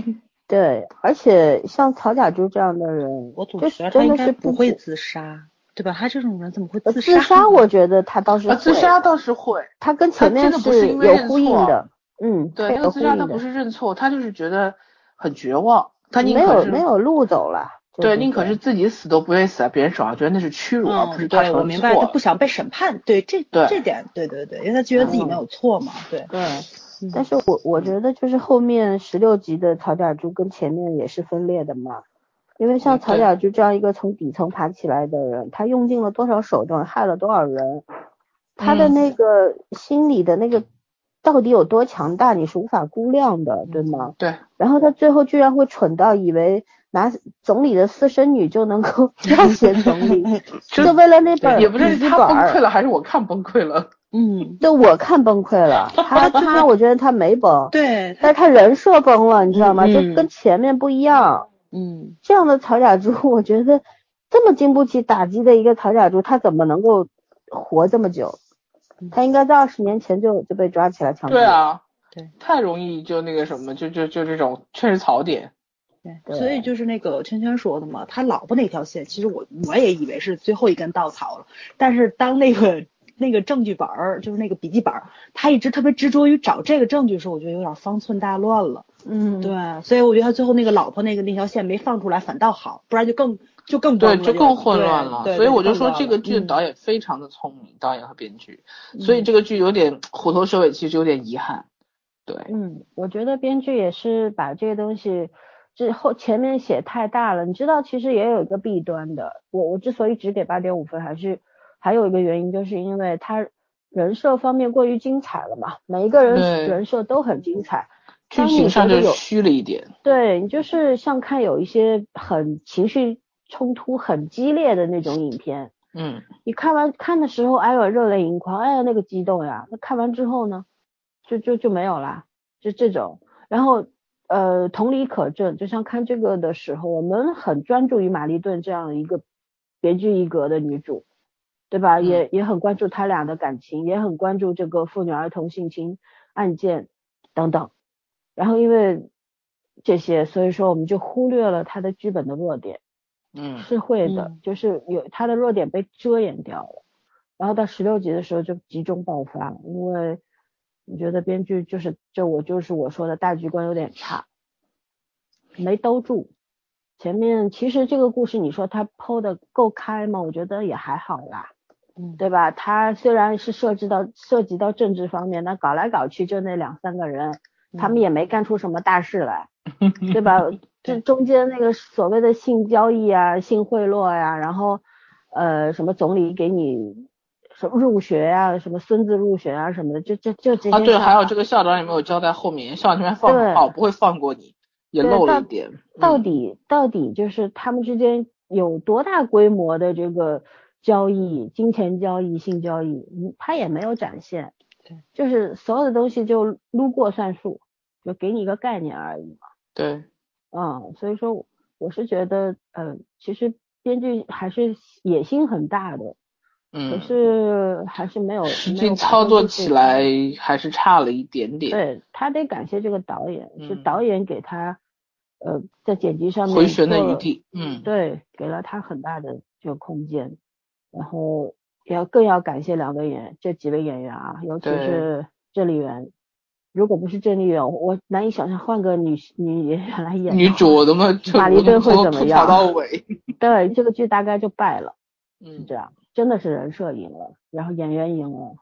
对，而且像曹甲珠这样的人， 我总觉得他应该不会自杀，对吧？他这种人怎么会自杀？ 自杀我觉得他倒是会， 自杀倒是会， 他跟前面是有呼应的。 对，那个自杀他不是认错，他就是觉得很绝望，他宁可是没有路走了。 对，宁可是自己死都不愿意死在别人手上，觉得那是屈辱，而不是他对，我明白，他不想被审判。对，这点，对，因为他觉得自己没有错嘛。对。 但是我觉得就是后面16集的曹甲珠跟前面也是分裂的嘛，因为像曹甲珠这样一个从底层爬起来的人，他用尽了多少手段，害了多少人，他的那个心理的那个到底有多强大，你是无法估量的，对吗？ 对。 然后他最后居然会蠢到以为拿总理的私生女就能够要挟总理，就为了那本也不是他崩溃了，还是我看崩溃了。 对，我看崩溃了。他我觉得他没崩， 对， 但是他人设崩了，你知道吗？就跟前面不一样。这样的曹甲珠，我觉得这么经不起打击的一个曹甲珠，他怎么能够活这么久？他应该在20年前就被抓起来枪毙。 对啊，对，太容易就那个什么，就这种确实槽点。 对，所以就是那个圈圈说的嘛，他老婆那条线，其实我也以为是最后一根稻草了，但是当那个证据本儿，就是那个笔记本，他一直特别执着于找这个证据的时候，我觉得有点方寸大乱了。对，所以我觉得他最后那个老婆那条线没放出来反倒好，不然就更对，就更混乱了。所以我就说这个剧的导演非常的聪明，导演和编剧，所以这个剧有点虎头蛇尾，其实有点遗憾。对， 我觉得编剧也是把这个东西前面写太大了，你知道其实也有一个弊端的。我之所以只给8.5分，还有一个原因，就是因为他人设方面过于精彩了嘛，每一个人设都很精彩， 剧情上就虚了一点。 对，你就是像看有一些很情绪冲突很激烈的那种影片，你看的时候，哎呦热泪盈眶，哎呀那个激动呀，那看完之后呢，就没有啦，就这种。然后同理可证，就像看这个的时候，我们很专注于玛丽顿这样一个别具一格的女主，对吧？也很关注他俩的感情，也很关注这个妇女儿童性侵案件等等。然后因为这些，所以说我们就忽略了他的剧本的弱点。是会的，就是有他的弱点被遮掩掉了。然后到16集的时候就集中爆发，因为我觉得编剧我说的大局观有点差，没兜住。前面其实这个故事你说他剖的够开吗？我觉得也还好啦，对吧？他虽然是涉及到政治方面，那搞来搞去就那2-3个人，他们也没干出什么大事来，对吧？这中间那个所谓的性交易啊、性贿赂呀，然后什么总理给你什么入学啊、什么孙子入学啊什么的，就这些。 对，还有这个校长也没有交代后面，校长这边放好不会放过你，也漏了一点。 到底就是他们之间有多大规模的这个交易、金钱交易、性交易，他也没有展现。 对， 就是所有的东西就撸过算数，就给你一个概念而已嘛。 对。 所以说我是觉得其实编剧还是野心很大的，可是还是没有实际操作起来还是差了一点点。 对，他得感谢这个导演，是导演给他在剪辑上面回旋的余地。 对，给了他很大的这个空间，然后更要感谢这几位演员啊，尤其是郑丽媛。如果不是郑丽媛，我难以想象换个女演员来演女主，我玛丽顿会怎么样？ 跑到尾。 对，这个剧大概就败了。是这样，真的是人设赢了，然后演员赢了。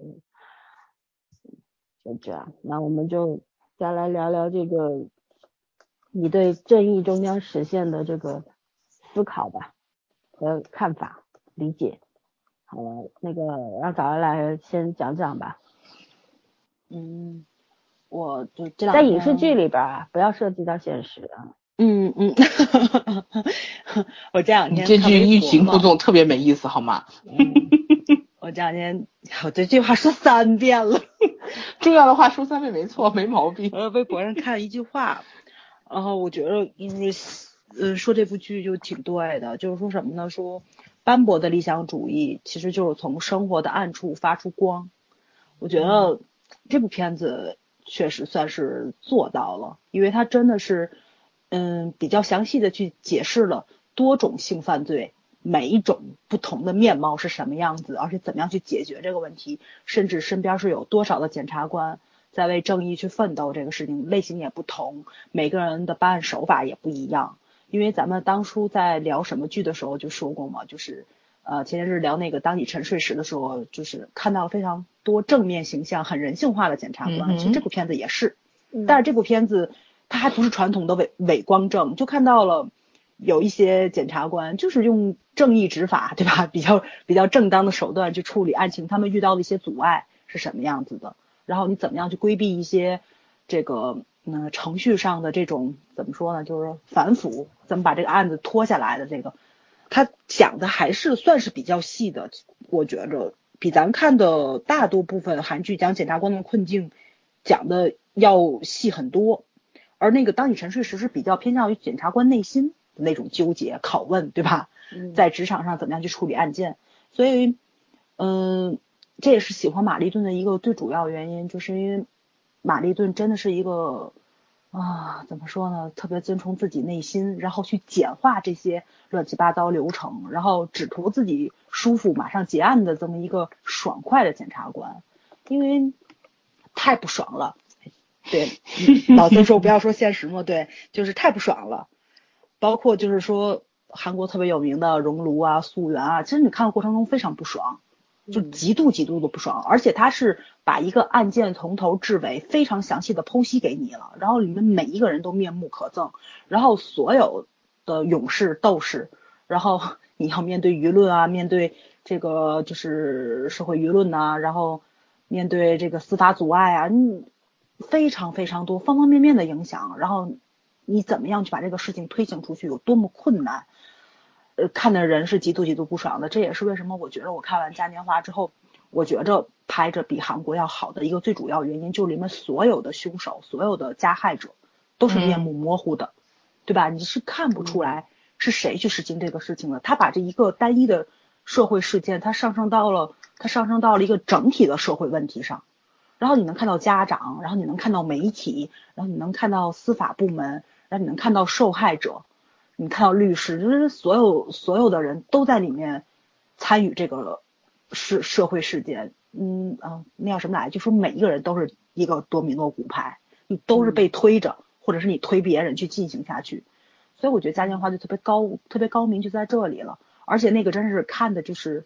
就这样，那我们就再来聊聊这个你对正义终将实现的这个思考吧和看法理解。好了，那个让早来先讲讲吧。 我就这两天在影视剧里边啊，不要涉及到现实啊。 我这两天你这句欲擒故纵特别没意思好吗？ 我这两天我这句话说3遍了。 重要的话说3遍没错，没毛病。 微博上看了一句话，然后我觉得说这部剧就挺对的，就是说什么呢？说斑驳的理想主义其实就是从生活的暗处发出光。我觉得这部片子确实算是做到了，因为它真的是比较详细的去解释了多种性犯罪每一种不同的面貌是什么样子，而且怎么样去解决这个问题，甚至身边是有多少的检察官在为正义去奋斗，这个事情类型也不同，每个人的办案手法也不一样。因为咱们当初在聊什么剧的时候就说过嘛，就是前些日聊那个当你沉睡时的时候，就是看到了非常多正面形象很人性化的检察官，其实这部片子也是，但是这部片子它还不是传统的伪光正，就看到了有一些检察官就是用正义执法，对吧，比较正当的手段去处理案情，他们遇到的一些阻碍是什么样子的，然后你怎么样去规避一些这个程序上的这种怎么说呢，就是反腐，怎么把这个案子拖下来的，这个他讲的还是算是比较细的，我觉着比咱看的大多部分韩剧讲检察官的困境讲的要细很多。而那个当你沉睡时是比较偏向于检察官内心的那种纠结拷问，对吧，在职场上怎么样去处理案件，所以这也是喜欢玛丽顿的一个最主要原因，就是因为玛丽顿真的是一个怎么说呢，特别遵从自己内心，然后去简化这些乱七八糟流程，然后只图自己舒服马上结案的这么一个爽快的检察官，因为太不爽了。对，老曾说不要说现实嘛，对，就是太不爽了。包括就是说韩国特别有名的熔炉啊、素媛啊，其实你看的过程中非常不爽，就极度的不爽，而且他是把一个案件从头至尾非常详细的剖析给你了，然后里面每一个人都面目可憎，然后所有的勇士斗士，然后你要面对舆论啊，面对这个就是社会舆论啊，然后面对这个司法阻碍啊，非常非常多方方面面的影响，然后你怎么样去把这个事情推行出去有多么困难，看的人是极度不爽的。这也是为什么我觉得我看完嘉年华之后，我觉着拍着比韩国要好的一个最主要原因，就是里面所有的凶手所有的加害者都是面目模糊的，对吧，你是看不出来是谁去实行这个事情的，他把这一个单一的社会事件它上升到了一个整体的社会问题上，然后你能看到家长，然后你能看到媒体，然后你能看到司法部门，然后你能看到受害者，你看到律师，就是所有的人都在里面参与这个社会事件。那叫什么来，就说每一个人都是一个多米诺骨牌，你都是被推着，或者是你推别人去进行下去。所以我觉得嘉年华就特别高明就在这里了，而且那个真是看的就是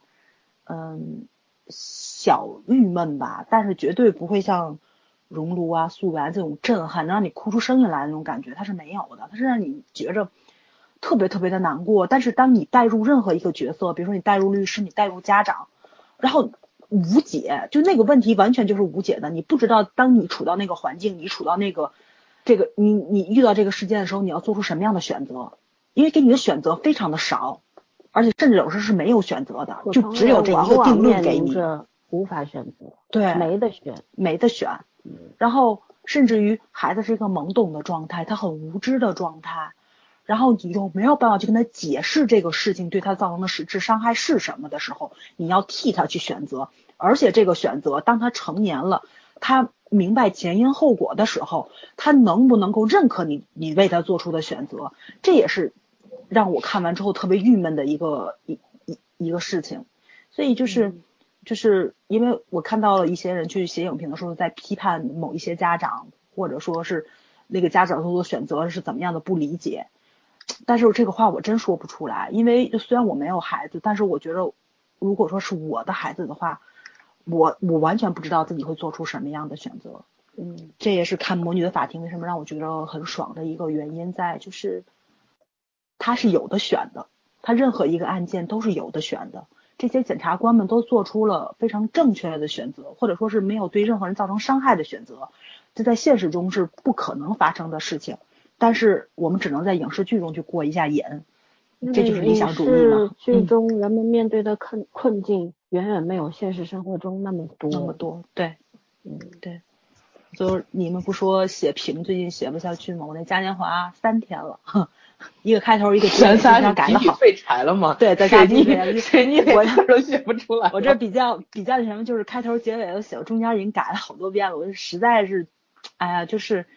小郁闷吧，但是绝对不会像熔炉啊、素媛这种震撼让你哭出声音来的那种感觉，它是没有的，它是让你觉着特别的难过。但是当你带入任何一个角色，比如说你带入律师，你带入家长，然后无解，就那个问题完全就是无解的，你不知道当你处到那个环境，你处到那个你遇到这个事件的时候，你要做出什么样的选择，因为给你的选择非常的少，而且甚至有时候是没有选择的，就只有这一个定论给你， 无法选择， 对， 没得选。 然后甚至于孩子是一个懵懂的状态，他很无知的状态，然后你又没有办法去跟他解释这个事情对他造成的实质伤害是什么的时候，你要替他去选择，而且这个选择当他成年了，他明白前因后果的时候，他能不能够认可你为他做出的选择，这也是让我看完之后特别郁闷的一个事情。所以就是因为我看到了一些人去写影评的时候在批判某一些家长，或者说是那个家长做的选择是怎么样的不理解，但是这个话我真说不出来，因为虽然我没有孩子，但是我觉得如果说是我的孩子的话，我完全不知道自己会做出什么样的选择。这也是看《魔女的法庭》为什么让我觉得很爽的一个原因在，就是他是有的选的，他任何一个案件都是有的选的，这些检察官们都做出了非常正确的选择，或者说是没有对任何人造成伤害的选择，这在现实中是不可能发生的事情，但是我们只能在影视剧中去过一下瘾，这就是理想主义嘛。 影视剧中人们面对的困境远远没有现实生活中那么多。 对，对。就是你们不说写评最近写不下去吗？我那嘉年华3天了，一个开头一个结尾，改的好， 废柴了吗？ 对，在家谁你我都写不出来。 我这比较那什么，就是开头结尾都写了，中间已经改了好多遍了，我实在是，哎呀，就是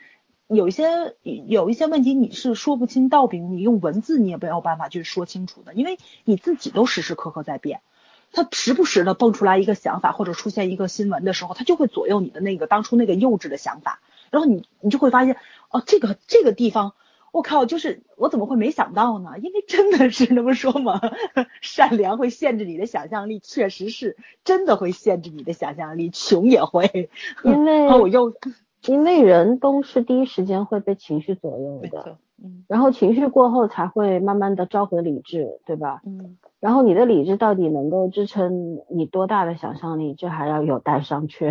有一些问题你是说不清道不明，你用文字你也没有办法去说清楚的，因为你自己都时时刻刻在变。他时不时的蹦出来一个想法，或者出现一个新闻的时候，他就会左右你的那个当初那个幼稚的想法，然后你就会发现，哦，这个地方，我靠，就是我怎么会没想到呢？因为真的是那么说嘛，善良会限制你的想象力，确实是真的会限制你的想象力，穷也会， 因为我又因为人都是第一时间会被情绪左右的，然后情绪过后才会慢慢的召回理智，对吧？然后你的理智到底能够支撑你多大的想象力，这还要有待商榷。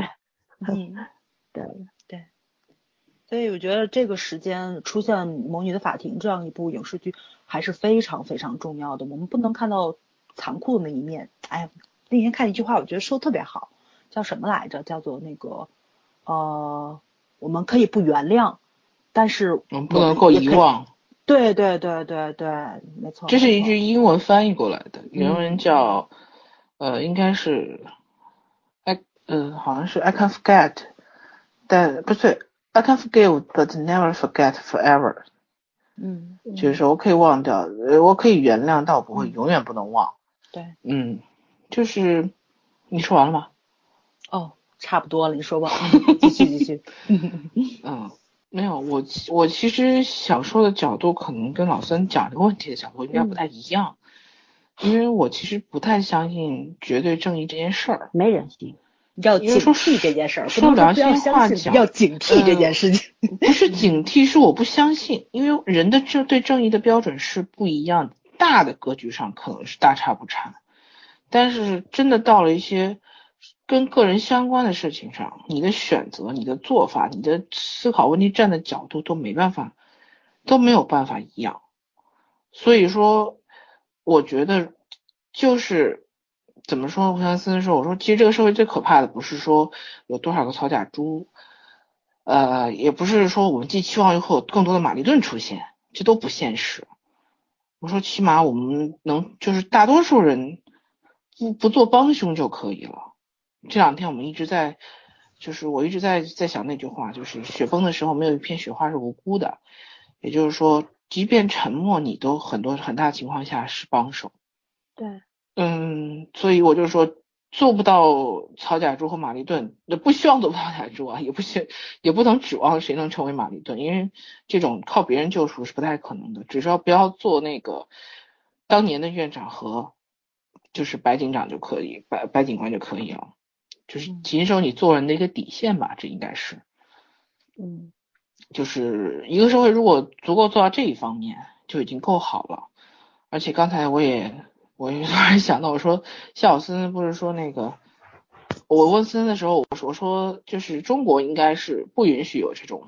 对，所以我觉得这个时间出现《魔女的法庭》这样一部影视剧还是非常非常重要的，我们不能看到残酷的那一面。哎，那天看一句话，我觉得说特别好，叫什么来着？叫做那个我们可以不原谅，但是我们不能够遗忘。 对，没错。 这是一句英文翻译过来的，原文叫应该是好像是 I can forget， 但不对 I can forgive but never forget forever。就是说我可以忘掉，我可以原谅，但我不会永远不能忘。 对， 就是你说完了吗？ 哦，差不多了，你说吧，继续。 没有，我其实想说的角度可能跟老森讲这个问题的角度应该不太一样，因为我其实不太相信绝对正义这件事儿， 没人信。 要警惕这件事儿， 说良心话讲， 要警惕这件事情。 不是警惕，是我不相信，因为人的对正义的标准是不一样的，大的格局上可能是大差不差，但是真的到了一些跟个人相关的事情上，你的选择、你的做法、你的思考问题站的角度都没有办法一样。所以说我觉得就是怎么说，胡强森说，我说其实这个社会最可怕的不是说有多少个草甲猪，也不是说我们寄期望以后有更多的玛丽顿出现，这都不现实。我说起码我们能就是大多数人不做帮凶就可以了。这两天我们一直在想那句话，就是雪崩的时候没有一片雪花是无辜的，也就是说即便沉默你都很大情况下是帮手。 对， 所以我就说做不到草甲猪和玛丽顿，不希望做不到草甲猪啊，也不能指望谁能成为玛丽顿，因为这种靠别人救赎是不太可能的，只要不要做那个当年的院长和就是白警长就可以，白警官就可以了，就是谨守你做人的一个底线吧，这应该是就是一个社会如果足够做到这一方面就已经够好了。而且刚才我也突然想到，我说夏小森不是说那个，我问森的时候我说就是中国应该是不允许有这种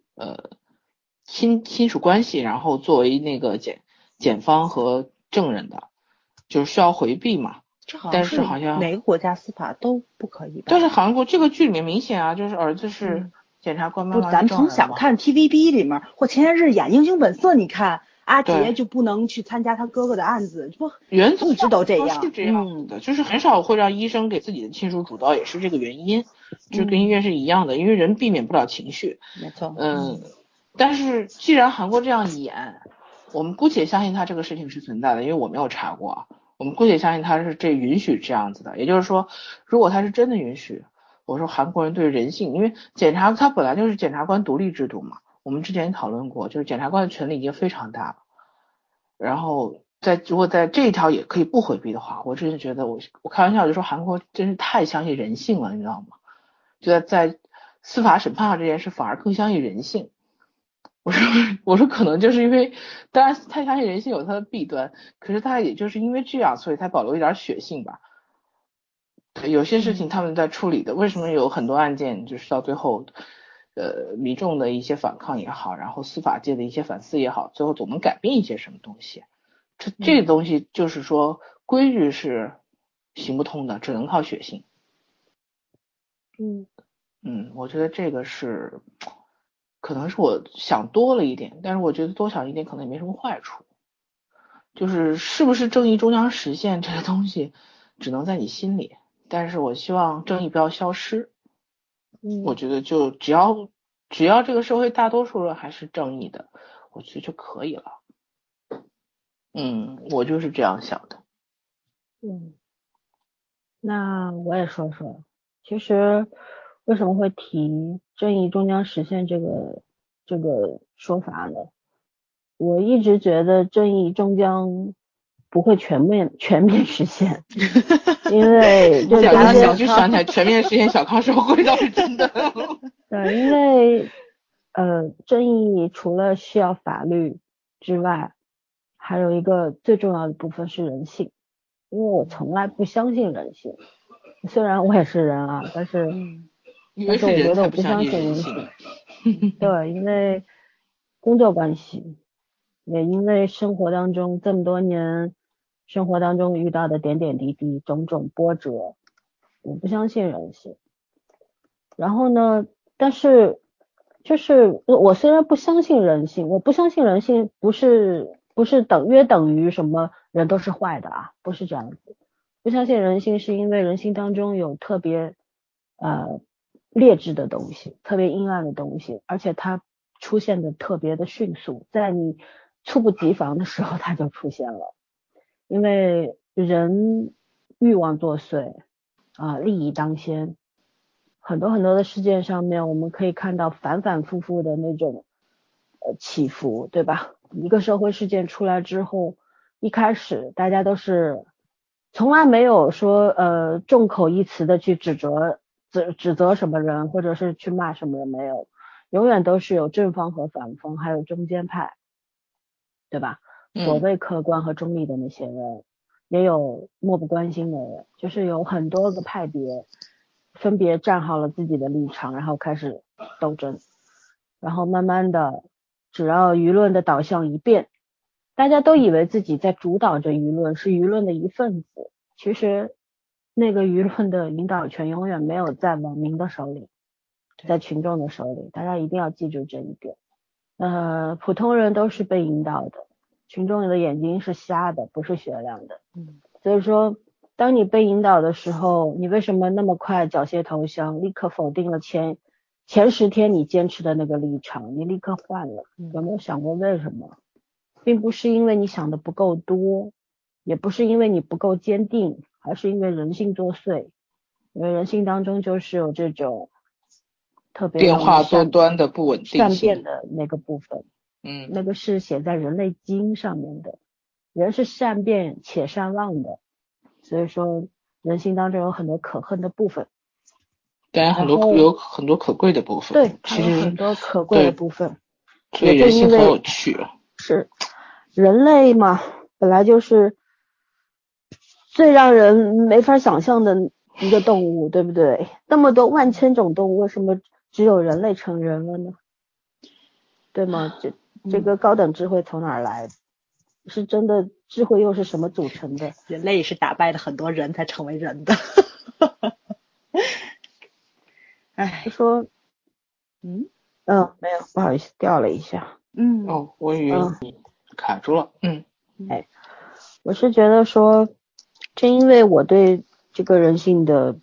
亲属关系，然后作为那个检方和证人的，就是需要回避嘛。但是好像哪个国家司法都不可以吧？ 但是韩国这个剧里面明显啊，就是儿子是检察官，妈妈是证人嘛。 咱从小看 TVB 里面或前些日演《英雄本色》，你看阿杰就不能去参加他哥哥的案子，不原则一直都这样， 是这样的，就是很少会让医生给自己的亲属主刀，也是这个原因，就跟医院是一样的，因为人避免不了情绪。 没错。 但是既然韩国这样演，我们姑且相信他这个事情是存在的，因为我没有查过，我们姑且相信他是允许这样子的。也就是说，如果他是真的允许，我说韩国人对人性，因为他本来就是检察官独立制度嘛，我们之前讨论过，就是检察官的权力已经非常大了。然后如果在这一条也可以不回避的话，我真的觉得我开玩笑就说韩国真是太相信人性了，你知道吗？就在司法审判上这件事反而更相信人性。我说可能就是因为，当然太相信人性有它的弊端，可是它也就是因为这样，所以才保留一点血性吧。有些事情他们在处理的，为什么有很多案件就是到最后民众的一些反抗也好，然后司法界的一些反思也好，最后总能改变一些什么东西。这个东西就是说规矩是行不通的，只能靠血性。我觉得这个是可能是我想多了一点，但是我觉得多想一点可能也没什么坏处。是不是正义终将实现这个东西只能在你心里，但是我希望正义不要消失。我觉得就只要只要这个社会大多数人还是正义的，我觉得就可以了。我就是这样想的。 那我也说说，其实为什么会提正义终将实现这个说法呢？我一直觉得正义终将不会全面实现，因为就想起来全面实现小康社会倒是真的。 对，因为正义除了需要法律之外，还有一个最重要的部分是人性。因为我从来不相信人性，虽然我也是人啊，但是我觉得我不相信人性。对，因为工作关系，也因为生活当中这么多年生活当中遇到的点点滴滴种种波折，我不相信人性。然后呢，但是就是我虽然不相信人性，我不相信人性不是等于什么人都是坏的啊，不是这样子。不相信人性是因为人性当中有特别劣质的东西，特别阴暗的东西，而且它出现的特别的迅速，在你猝不及防的时候它就出现了。因为人欲望作祟利益当先，很多的事件上面我们可以看到反反复复的那种起伏，对吧？一个社会事件出来之后，一开始大家都是从来没有说众口一词的去指责什么人，或者是去骂什么人，没有，永远都是有正方和反方，还有中间派，对吧？所谓客观和中立的那些人，也有漠不关心的人，就是有很多个派别分别站好了自己的立场，然后开始斗争，然后慢慢的只要舆论的导向一变，大家都以为自己在主导着舆论，是舆论的一份子，其实那个舆论的引导权永远没有在网民的手里，在群众的手里，大家一定要记住这一点。普通人都是被引导的，群众的眼睛是瞎的，不是雪亮的。所以说当你被引导的时候，你为什么那么快缴械投降，立刻否定了前10天你坚持的那个立场，你立刻换了？有没有想过为什么？并不是因为你想的不够多，也不是因为你不够坚定，而是因为人性作祟。因为人性当中就是有这种特别变化多端的不稳定性， 善变的那个部分，那个是写在人类基因上面的。人是善变且善忘的，所以说人性当中有很多可恨的部分， 当然有很多可贵的部分。 对，还有很多可贵的部分。 所以人性很有趣。 是人类嘛，本来就是最让人没法想象的一个动物，对不对？那么多万千种动物，为什么只有人类成人了呢？对吗？这个高等智慧从哪儿来的？是真的智慧又是什么组成的？ 人类是打败了很多人才成为人的。 就说没有，不好意思，掉了一下。 我以为你卡住了。 我是觉得说，正因为我对这个人性的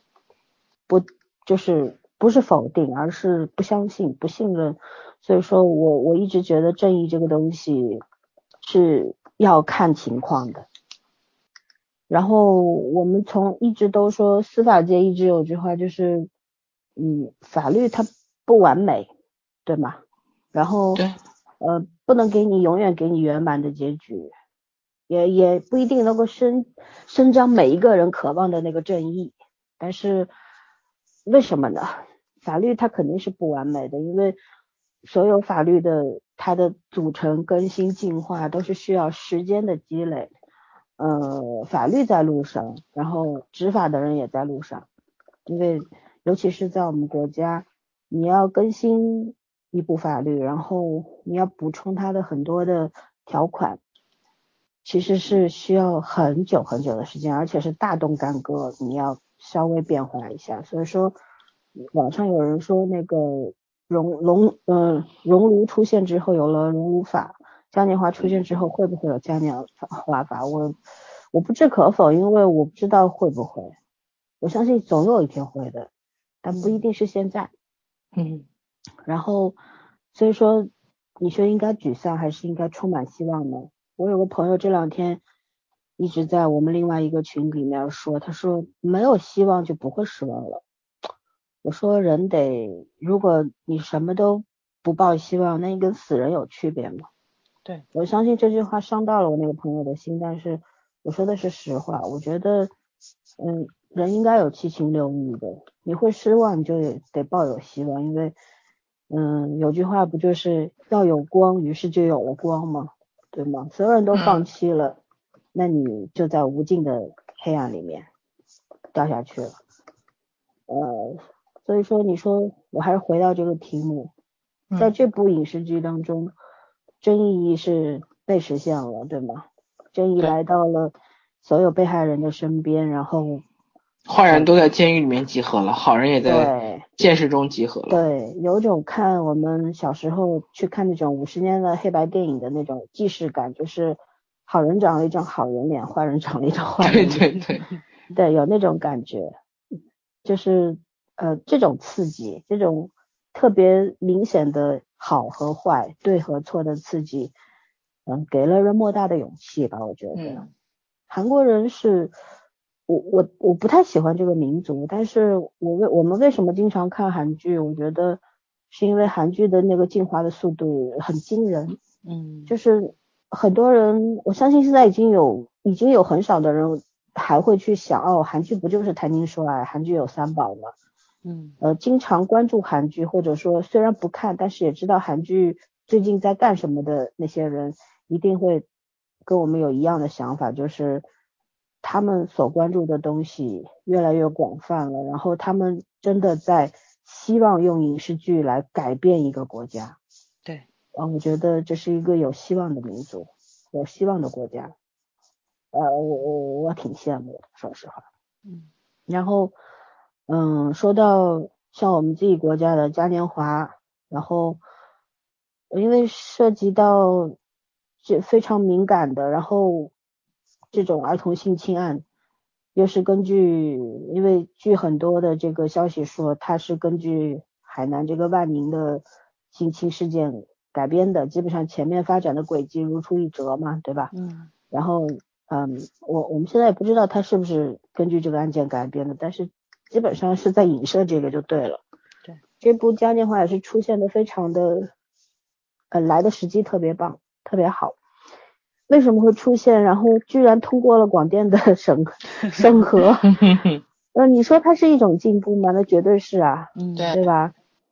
不是否定，而是不相信、不信任，所以说我一直觉得正义这个东西是要看情况的。然后我们一直都说司法界一直有句话，就是法律它不完美，对吗？然后不能永远给你圆满的结局，也不一定能够伸张每一个人渴望的那个正义。但是为什么呢？法律它肯定是不完美的，因为所有法律的它的组成、更新、进化都是需要时间的积累。法律在路上，然后执法的人也在路上。因为尤其是在我们国家，你要更新一部法律，然后你要补充它的很多的条款，其实是需要很久很久的时间，而且是大动干戈，你要稍微变化一下。所以说网上有人说那个熔炉出现之后有了熔炉法，嘉年华出现之后会不会有嘉年华法？我不置可否，因为我不知道会不会，我相信总有一天会的，但不一定是现在。 然后所以说你说应该沮丧还是应该充满希望呢？我有个朋友这2天一直在我们另外一个群里面说，他说没有希望就不会失望了。我说人得，如果你什么都不抱希望，那你跟死人有区别吗？ 对， 我相信这句话伤到了我那个朋友的心，但是我说的是实话。我觉得人应该有七情六欲的，你会失望你就得抱有希望，因为有句话不就是要有光，于是就有了光吗？对吗？所有人都放弃了，那你就在无尽的黑暗里面掉下去了。所以说你说我还是回到这个题目，在这部影视剧当中，正义是被实现了，对吗？正义来到了所有被害人的身边，然后坏人都在监狱里面集合了，好人也在现实中集合了。 对，有种看我们小时候去看那种50年的黑白电影的那种既视感，就是好人长了一张好人脸，坏人长了一张坏人脸。对，有那种感觉，就是这种刺激，这种特别明显的好和坏、对和错的刺激，给了人莫大的勇气吧，我觉得。韩国人是我不太喜欢这个民族，但是我们为什么经常看韩剧？我觉得是因为韩剧的那个进化的速度很惊人。就是很多人，我相信现在已经有很少的人还会去想，韩剧不就是谈情说爱，韩剧有3宝吗？经常关注韩剧，或者说虽然不看，但是也知道韩剧最近在干什么的那些人，一定会跟我们有一样的想法，就是他们所关注的东西越来越广泛了，然后他们真的在希望用影视剧来改变一个国家。 对， 我觉得这是一个有希望的民族，有希望的国家。我挺羡慕的，说实话。然后说到像我们自己国家的嘉年华，然后因为涉及到这非常敏感的，然后这种儿童性侵案，又是根据，因为据很多的这个消息说，它是根据海南这个万宁的性侵事件改编的，基本上前面发展的轨迹如出一辙嘛，对吧？然后我们现在也不知道他是不是根据这个案件改编的，但是基本上是在影射这个就对了。 对， 这部嘉年华也是出现的非常的来的时机特别棒，特别好。为什么会出现，然后居然通过了广电的审核你说它是一种进步吗？那绝对是啊，对吧？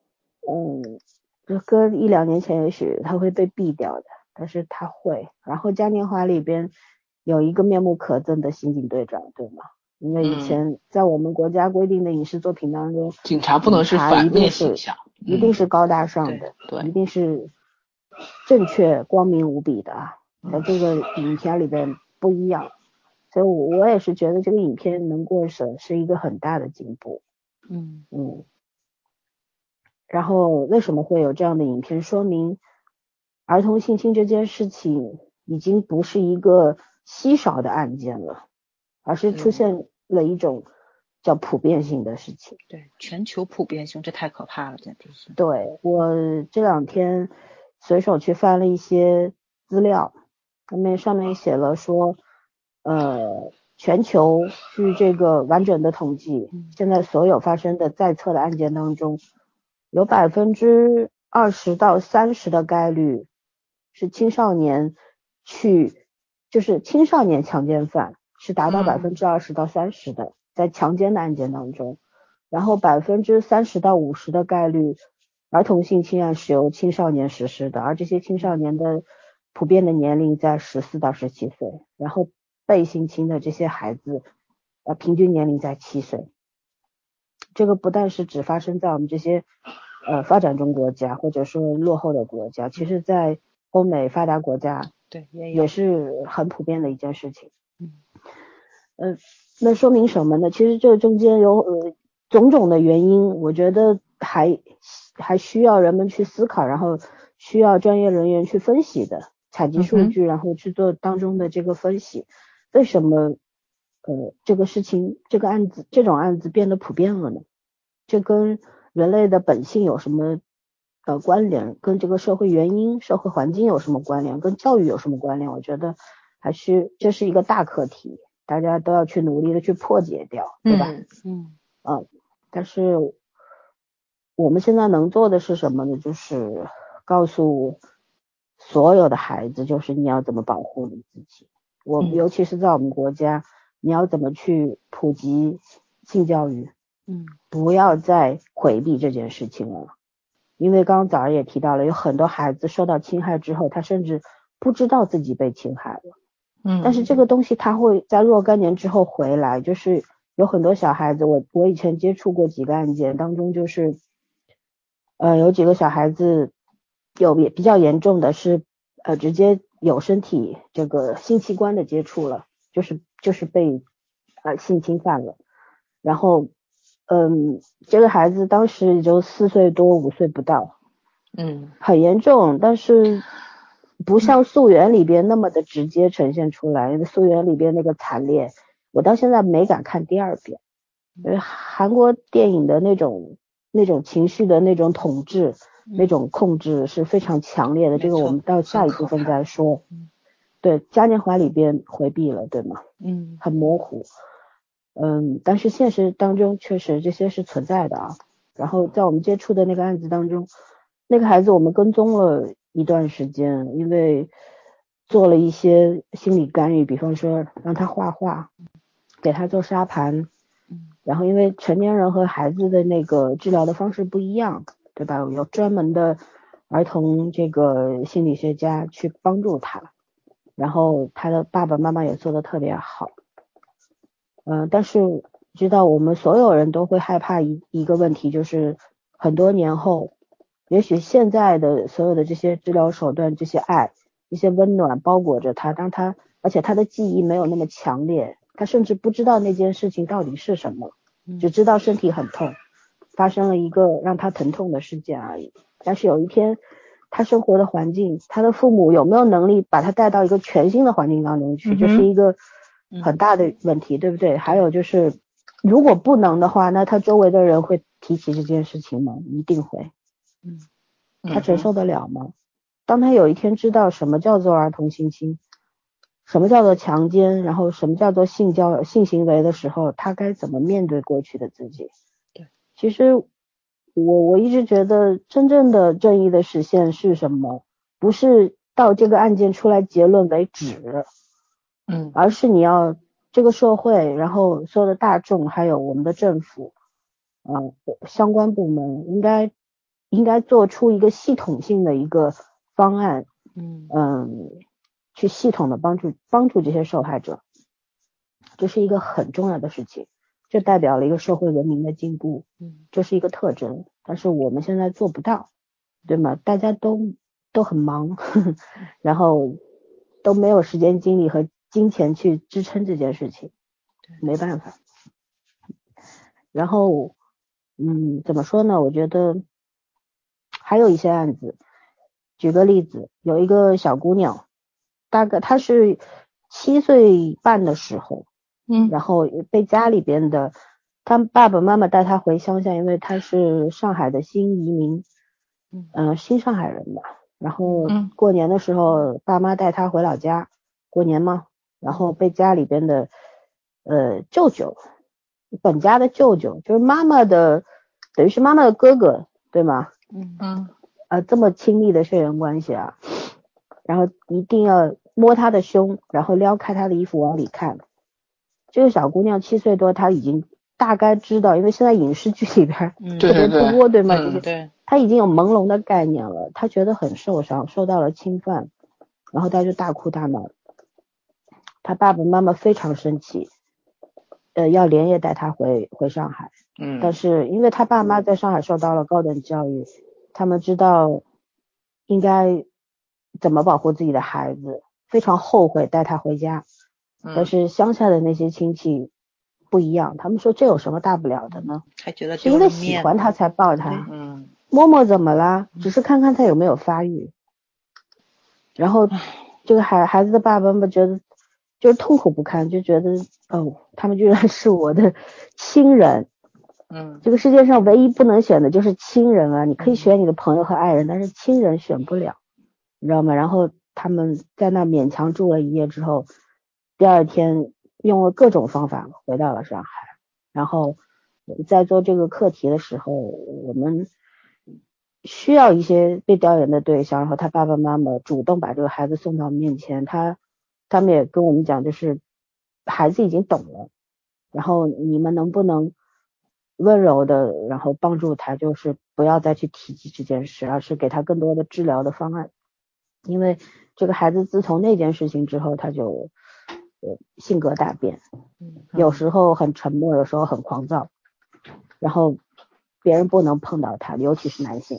搁1-2年前也许它会被毙掉的，但是它会。然后嘉年华里边有一个面目可憎的刑警队长，对吗？因为以前在我们国家规定的影视作品当中， 警察不能是反面形象， 一定是高大上的， 对， 一定是正确光明无比的啊。在这个影片里边不一样，所以我也是觉得这个影片能过审是一个很大的进步。然后为什么会有这样的影片，说明儿童性侵这件事情已经不是一个稀少的案件了，而是出现了一种叫普遍性的事情。 对，全球普遍性，这太可怕了，简直是。 对，我这2天随手去翻了一些资料，上面写了说全球据这个完整的统计，现在所有发生的在册的案件当中，有20%到30%的概率是青少年就是青少年强奸犯是达到20%到30%的，在强奸的案件当中，然后30%到50%的概率儿童性侵案是由青少年实施的，而这些青少年的普遍的年龄在14到17岁，然后被性侵的这些孩子平均年龄在7岁。这个不但是只发生在我们这些发展中国家或者说落后的国家，其实在欧美发达国家对也是很普遍的一件事情。那说明什么呢？其实这中间有种种的原因，我觉得还需要人们去思考，然后需要专业人员去分析的，采集数据，然后去做当中的这个分析。为什么这个事情这种案子变得普遍了呢？这跟人类的本性有什么关联，跟这个社会原因、社会环境有什么关联，跟教育有什么关联？我觉得还是这是一个大课题，大家都要去努力的去破解掉，对吧？但是我们现在能做的是什么呢？就是告诉所有的孩子，就是你要怎么保护你自己。尤其是在我们国家，你要怎么去普及性教育？不要再回避这件事情了。因为刚刚早上也提到了，有很多孩子受到侵害之后，他甚至不知道自己被侵害了。但是这个东西他会在若干年之后回来，就是有很多小孩子，我以前接触过几个案件当中，就是有几个小孩子也比较严重的是直接有身体这个性器官的接触了，就是被性侵犯了。然后这个孩子当时也就4岁多5岁不到，很严重，但是不像溯源里边那么的直接呈现出来，溯源里边那个惨烈我到现在没敢看第二遍。因为韩国电影的那种情绪的那种统治，那种控制是非常强烈的，这个我们到下一部分再说。对，嘉年华里边回避了，对吗？很模糊。但是现实当中确实这些是存在的啊。然后在我们接触的那个案子当中，那个孩子我们跟踪了一段时间，因为做了一些心理干预，比方说让他画画，给他做沙盘，然后因为成年人和孩子的那个治疗的方式不一样，对吧？有专门的儿童这个心理学家去帮助他，然后他的爸爸妈妈也做得特别好。但是知道我们所有人都会害怕一个问题，就是很多年后，也许现在的所有的这些治疗手段，这些爱，一些温暖包裹着他，而且他的记忆没有那么强烈，他甚至不知道那件事情到底是什么，只知道身体很痛，发生了一个让他疼痛的事件而已。但是有一天他生活的环境，他的父母有没有能力把他带到一个全新的环境当中去，这是一个很大的问题，对不对？还有就是如果不能的话，那他周围的人会提起这件事情吗？一定会。他承受得了吗？当他有一天知道什么叫做儿童性侵，什么叫做强奸，然后什么叫做性行为的时候，他该怎么面对过去的自己？ 对， 其实我一直觉得真正的正义的实现是什么？不是到这个案件出来结论为止，而是你要这个社会，然后所有的大众，还有我们的政府，相关部门应该做出一个系统性的一个方案，去系统的帮助这些受害者，这是一个很重要的事情，这代表了一个社会文明的进步，这是一个特征，但是我们现在做不到，对吗？大家都很忙，然后都没有时间精力和金钱去支撑这件事情，没办法。然后怎么说呢，我觉得还有一些案子，举个例子，有一个小姑娘，大概她是7岁半的时候，然后被家里边的她爸爸妈妈带她回乡下，因为她是上海的新移民，新上海人吧。然后过年的时候，爸妈带她回老家过年嘛，然后被家里边的舅舅，本家的舅舅，就是妈妈的，等于是妈妈的哥哥，对吗？这么亲密的血缘关系啊，然后一定要摸她的胸，然后撩开她的衣服往里看。这个小姑娘7岁多，她已经大概知道，因为现在影视剧里边特别多，对吗？这些她已经有朦胧的概念了，她觉得很受伤，受到了侵犯，然后她就大哭大闹。她爸爸妈妈非常生气，要连夜带她回上海。但是因为她爸妈在上海受到了高等教育，他们知道应该怎么保护自己的孩子，非常后悔带她回家。但是乡下的那些亲戚不一样，他们说这有什么大不了的呢？ 还觉得是因为喜欢他才抱他，摸摸怎么啦？只是看看他有没有发育。然后这个孩子的爸爸们觉得就是痛苦不堪，就觉得他们居然是我的亲人， 这个世界上唯一不能选的就是亲人啊，你可以选你的朋友和爱人，但是亲人选不了，你知道吗？然后他们在那勉强住了一夜之后，第二天用了各种方法回到了上海。然后在做这个课题的时候，我们需要一些被调研的对象，然后他爸爸妈妈主动把这个孩子送到面前，他们也跟我们讲，就是孩子已经懂了，然后你们能不能温柔的然后帮助他，就是不要再去提及这件事，而是给他更多的治疗的方案。因为这个孩子自从那件事情之后，他就性格大变，有时候很沉默，有时候很狂躁，然后别人不能碰到他，尤其是男性。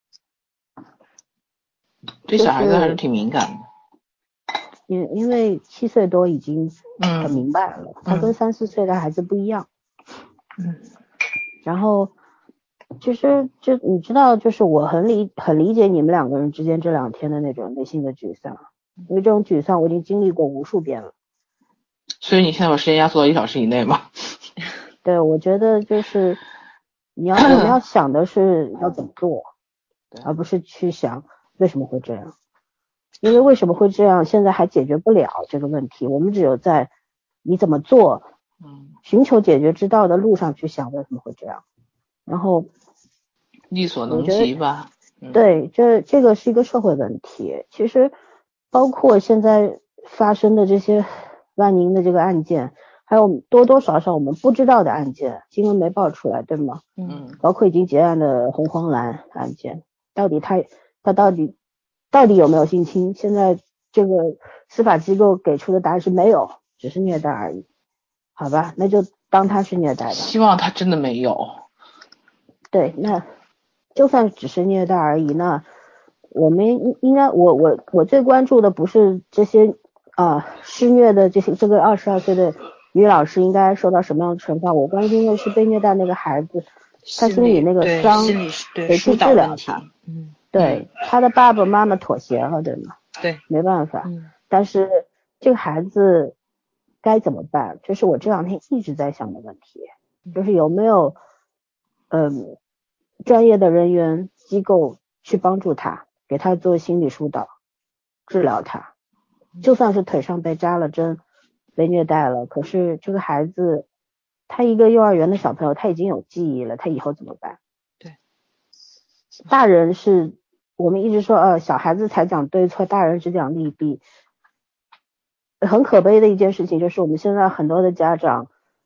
对小孩子还是挺敏感的。 因为7岁多已经很明白了，他跟3、4岁的孩子不一样。然后其实就你知道，就是我很理解你们2个人之间这2天的那种内心的沮丧，因为这种沮丧我已经经历过无数遍了。 所以你现在把时间压缩到1小时以内吗？ 对，我觉得就是我们要想的是要怎么做，而不是去想为什么会这样。因为为什么会这样，现在还解决不了这个问题，我们只有在你怎么做寻求解决之道的路上去想为什么会这样，然后力所能及吧。 对，这个是一个社会问题。其实包括现在发生的这些万宁的这个案件，还有多多少少我们不知道的案件，新闻没爆出来，对吗？包括已经结案的红黄蓝案件，到底他到底有没有性侵？现在这个司法机构给出的答案是没有，只是虐待而已。好吧，那就当他是虐待吧。 希望他真的没有。 对，那就算只是虐待而已，那我们应该我最关注的不是这些施虐的这个22岁的女老师应该受到什么样的惩罚，我关心的是被虐待那个孩子，他心里那个伤，谁去治疗他？对，他的爸爸妈妈妥协了，对吗？ 对， 没办法。但是这个孩子该怎么办？这是我这2天一直在想的问题，就是有没有专业的人员机构去帮助他，给他做心理疏导，治疗他。就算是腿上被扎了针，被虐待了，可是这个孩子，他一个幼儿园的小朋友，他已经有记忆了，他以后怎么办？ 对， 大人是我们一直说小孩子才讲对错，大人只讲利弊。很可悲的一件事情就是我们现在很多的家长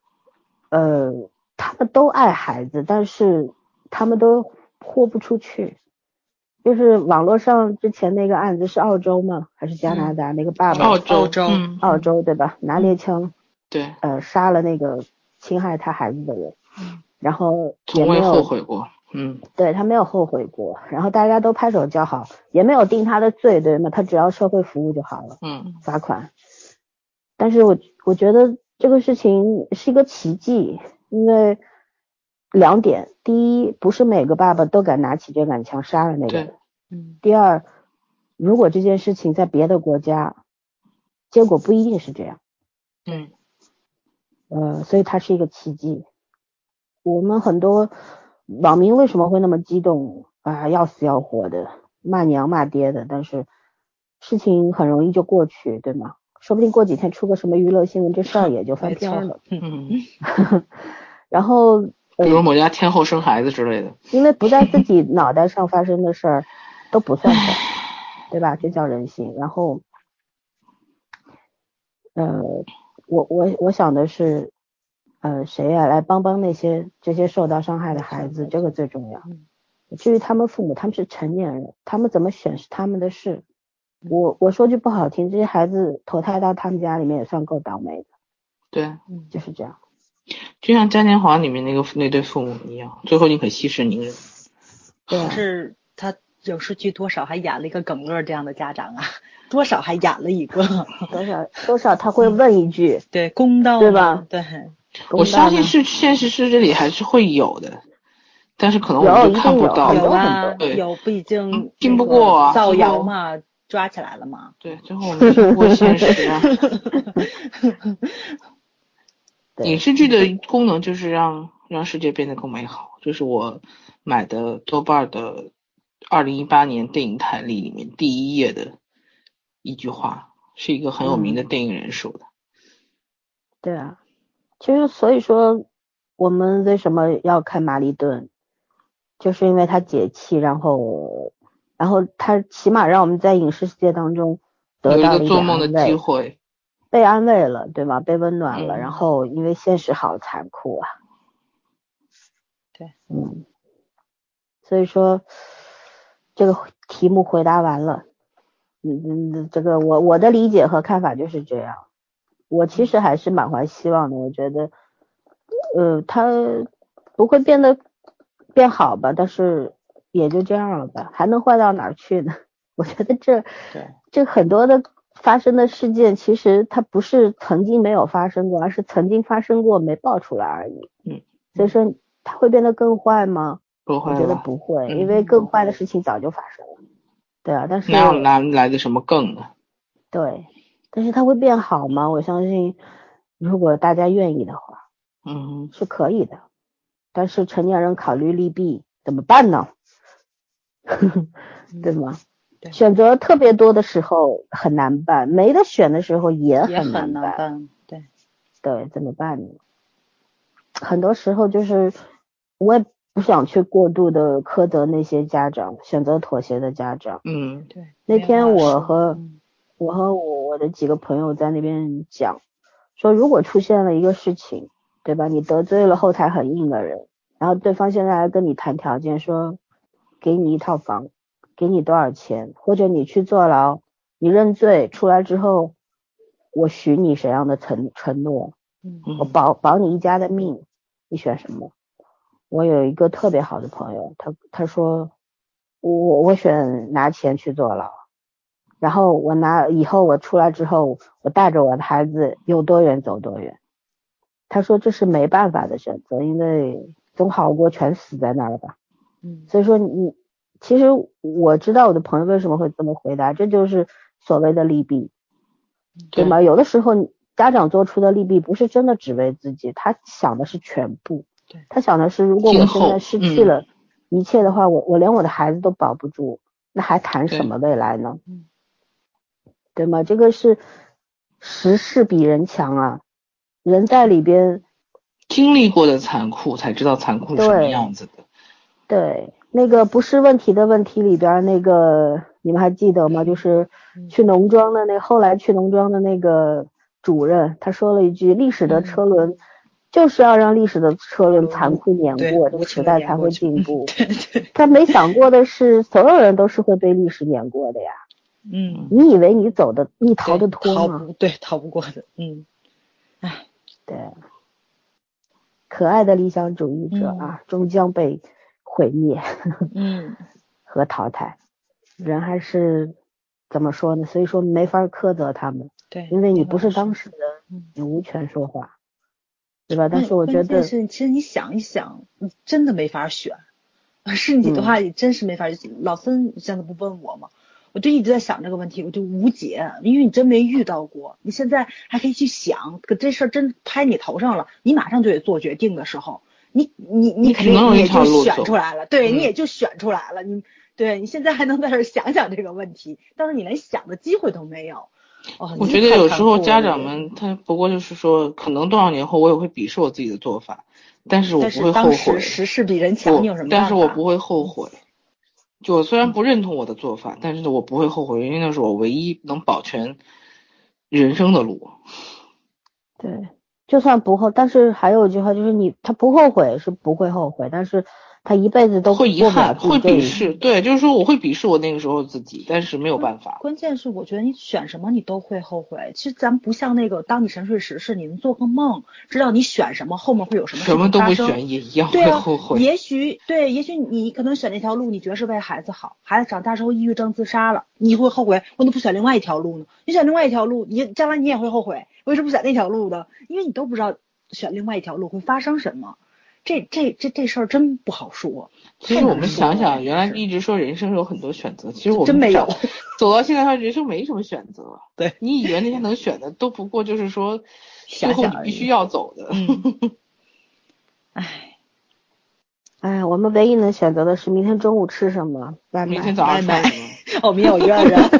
他们都爱孩子，但是他们都豁不出去。就是网络上之前那个案子是澳洲吗？还是加拿大？那个爸爸澳洲对吧？拿猎枪对杀了那个侵害他孩子的人，然后从未后悔过。 对，他没有后悔过，然后大家都拍手叫好，也没有定他的罪，对吗？他只要社会服务就好了，罚款。但是我觉得这个事情是一个奇迹，因为2点，第一，不是每个爸爸都敢拿起这杆枪杀了那个人。第二，如果这件事情在别的国家，结果不一定是这样。所以它是一个奇迹。我们很多网民为什么会那么激动啊，要死要活的，骂娘骂爹的，但是事情很容易就过去，对吗？说不定过几天出个什么娱乐新闻，这事儿也就翻篇了。然后比如某家天后生孩子之类的， 因为不在自己脑袋上发生的事儿都不算事儿，对吧？这叫人性。然后我想的是谁呀来帮这些受到伤害的孩子，这个最重要。至于他们父母，他们是成年人，他们怎么选是他们的事。我说句不好听，这些孩子投胎到他们家里面也算够倒霉的。 对， 就是这样。 就像嘉年华里面那对父母一样，最后宁可息事宁人。 可是他影视剧多少还演了一个耿乐这样的家长啊，多少还演了一个， 多少他会问一句， 对，公道， 对吧？ 对， 我相信是现实世界里还是会有的，但是可能我们就看不到。 有啊，有，毕竟拼不过啊， 造谣嘛，抓起来了嘛。 对，最后我们拼不过现实啊。影视剧的功能就是让让世界变得更美好。这是我买的豆瓣的2018年电影台历里面第一页的一句话，是一个很有名的电影人说的。 对啊，其实所以说我们为什么要看马里顿，就是因为他解气，然后他起码让我们在影视世界当中得到了有一个做梦的机会， 被安慰了，对吧？被温暖了。然后因为现实好残酷啊。 对， 所以说这个题目回答完了。这个我的理解和看法就是这样。我其实还是满怀希望的，我觉得他不会变好吧，但是也就这样了吧，还能坏到哪儿去呢？我觉得这很多的发生的事件，其实它不是曾经没有发生过，而是曾经发生过没爆出来而已。所以说它会变得更坏吗？ 不会， 我觉得不会，因为更坏的事情早就发生了。对啊，但是哪来的什么更呢？ 对，但是它会变好吗？我相信如果大家愿意的话，是可以的。但是成年人考虑利弊怎么办呢？对吗？选择特别多的时候很难办，没得选的时候也很难办。对，怎么办呢？很多时候就是我也不想去过度的苛责那些家长，选择妥协的家长。 对。 那天我和我的几个朋友在那边讲，说如果出现了一个事情，对吧？你得罪了后台很硬的人，然后对方现在来跟你谈条件，说给你一套房，给你多少钱，或者你去坐牢，你认罪出来之后，我许你什么样的承诺？我保你一家的命，你选什么？我有一个特别好的朋友，他说我选拿钱去坐牢，然后以后我出来之后，我带着我的孩子有多远走多远。他说这是没办法的选择，因为总好过全死在那儿吧。所以说其实我知道我的朋友为什么会这么回答，这就是所谓的利弊，对吗？有的时候家长做出的利弊不是真的只为自己，他想的是全部。他想的是，如果我现在失去了一切的话，我连我的孩子都保不住，那还谈什么未来呢？对吗？这个是时势比人强啊，人在里边经历过的残酷，才知道残酷是什么样子的。 对，那个不是问题的问题里边那个，你们还记得吗？就是去农庄的后来去农庄的那个主任，他说了一句：历史的车轮就是要让历史的车轮残酷碾过，这个时代才会进步。他没想过的是，所有人都是会被历史碾过的呀。你以为你逃得脱吗？ 逃不过的。 对，可爱的理想主义者啊，终将被毁灭和淘汰。人还是怎么说呢？所以说没法苛责他们，因为你不是当事人，你无权说话，对吧？但是我觉得其实你想一想，你真的没法选。是你的话，也真是没法。老森现在不问我吗？我就一直在想这个问题，我就无解，因为你真没遇到过。你现在还可以去想，可这事儿真拍你头上了，你马上就得做决定的时候，你肯定也就选出来了，对，你也就选出来了。你现在还能在这想想这个问题，但是你连想的机会都没有。 我觉得有时候家长们他不过就是说，可能多少年后我也会鄙视我自己的做法，但是我不会后悔。 时势比人强，你有什么办法？ 但是我不会后悔。就我虽然不认同我的做法，但是我不会后悔，因为那是我唯一能保全人生的路。 对，就算不后，但是还有一句话就是他不后悔是不会后悔，但是他一辈子都会遗憾，会鄙视。对，就是说我会鄙视我那个时候自己，但是没有办法。 关键是我觉得你选什么你都会后悔。其实咱不像那个当你沉睡时，是你能做个梦，知道你选什么后面会有什么事情发生。 什么都不选也一样会后悔。 也许你可能选那条路，你觉得是为孩子好，孩子长大之后抑郁症自杀了，你会后悔，我怎么不选另外一条路呢？你选另外一条路，你将来你也会后悔，为什么不选那条路呢？因为你都不知道选另外一条路会发生什么。这事儿真不好说。 其实我们想想，原来一直说人生有很多选择，其实我们真没有。 走到现在的话，人生没什么选择。 对， 你以为那些能选的都不过就是说最后你必须要走的。 哎，我们唯一能选择的是明天中午吃什么，外卖。 明天早上吃什么？ 哦，明天我约了人。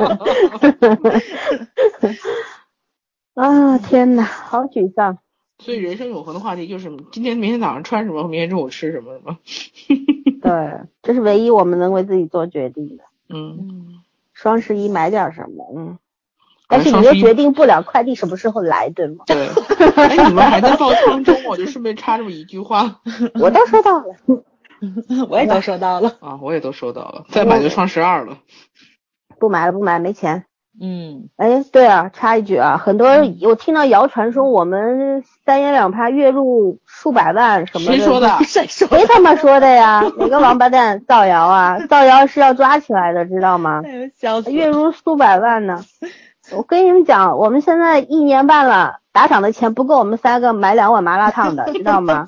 啊，天哪，好沮丧。 所以人生永恒的话题就是明天早上穿什么，明天中午吃什么吗？ 对，这是唯一我们能为自己做决定的。双11买点什么？但是你又决定不了快递什么时候来，对吗？ 对。哎，你们还在报仓中，我就顺便插这么一句话。 我都收到了。 我也都收到了啊，我也都收到了。再买就双12了。 不买了，没钱。 哎， 对啊，插一句啊，很多人我听到谣传说我们3言2拍月入数百万什么的。 谁说的？ 谁他妈说的呀？哪个王八蛋造谣啊？造谣是要抓起来的，知道吗？月入数百万呢。我跟你们讲，我们现在1年半了，打赏的钱不够我们3个买2碗麻辣烫的，知道吗？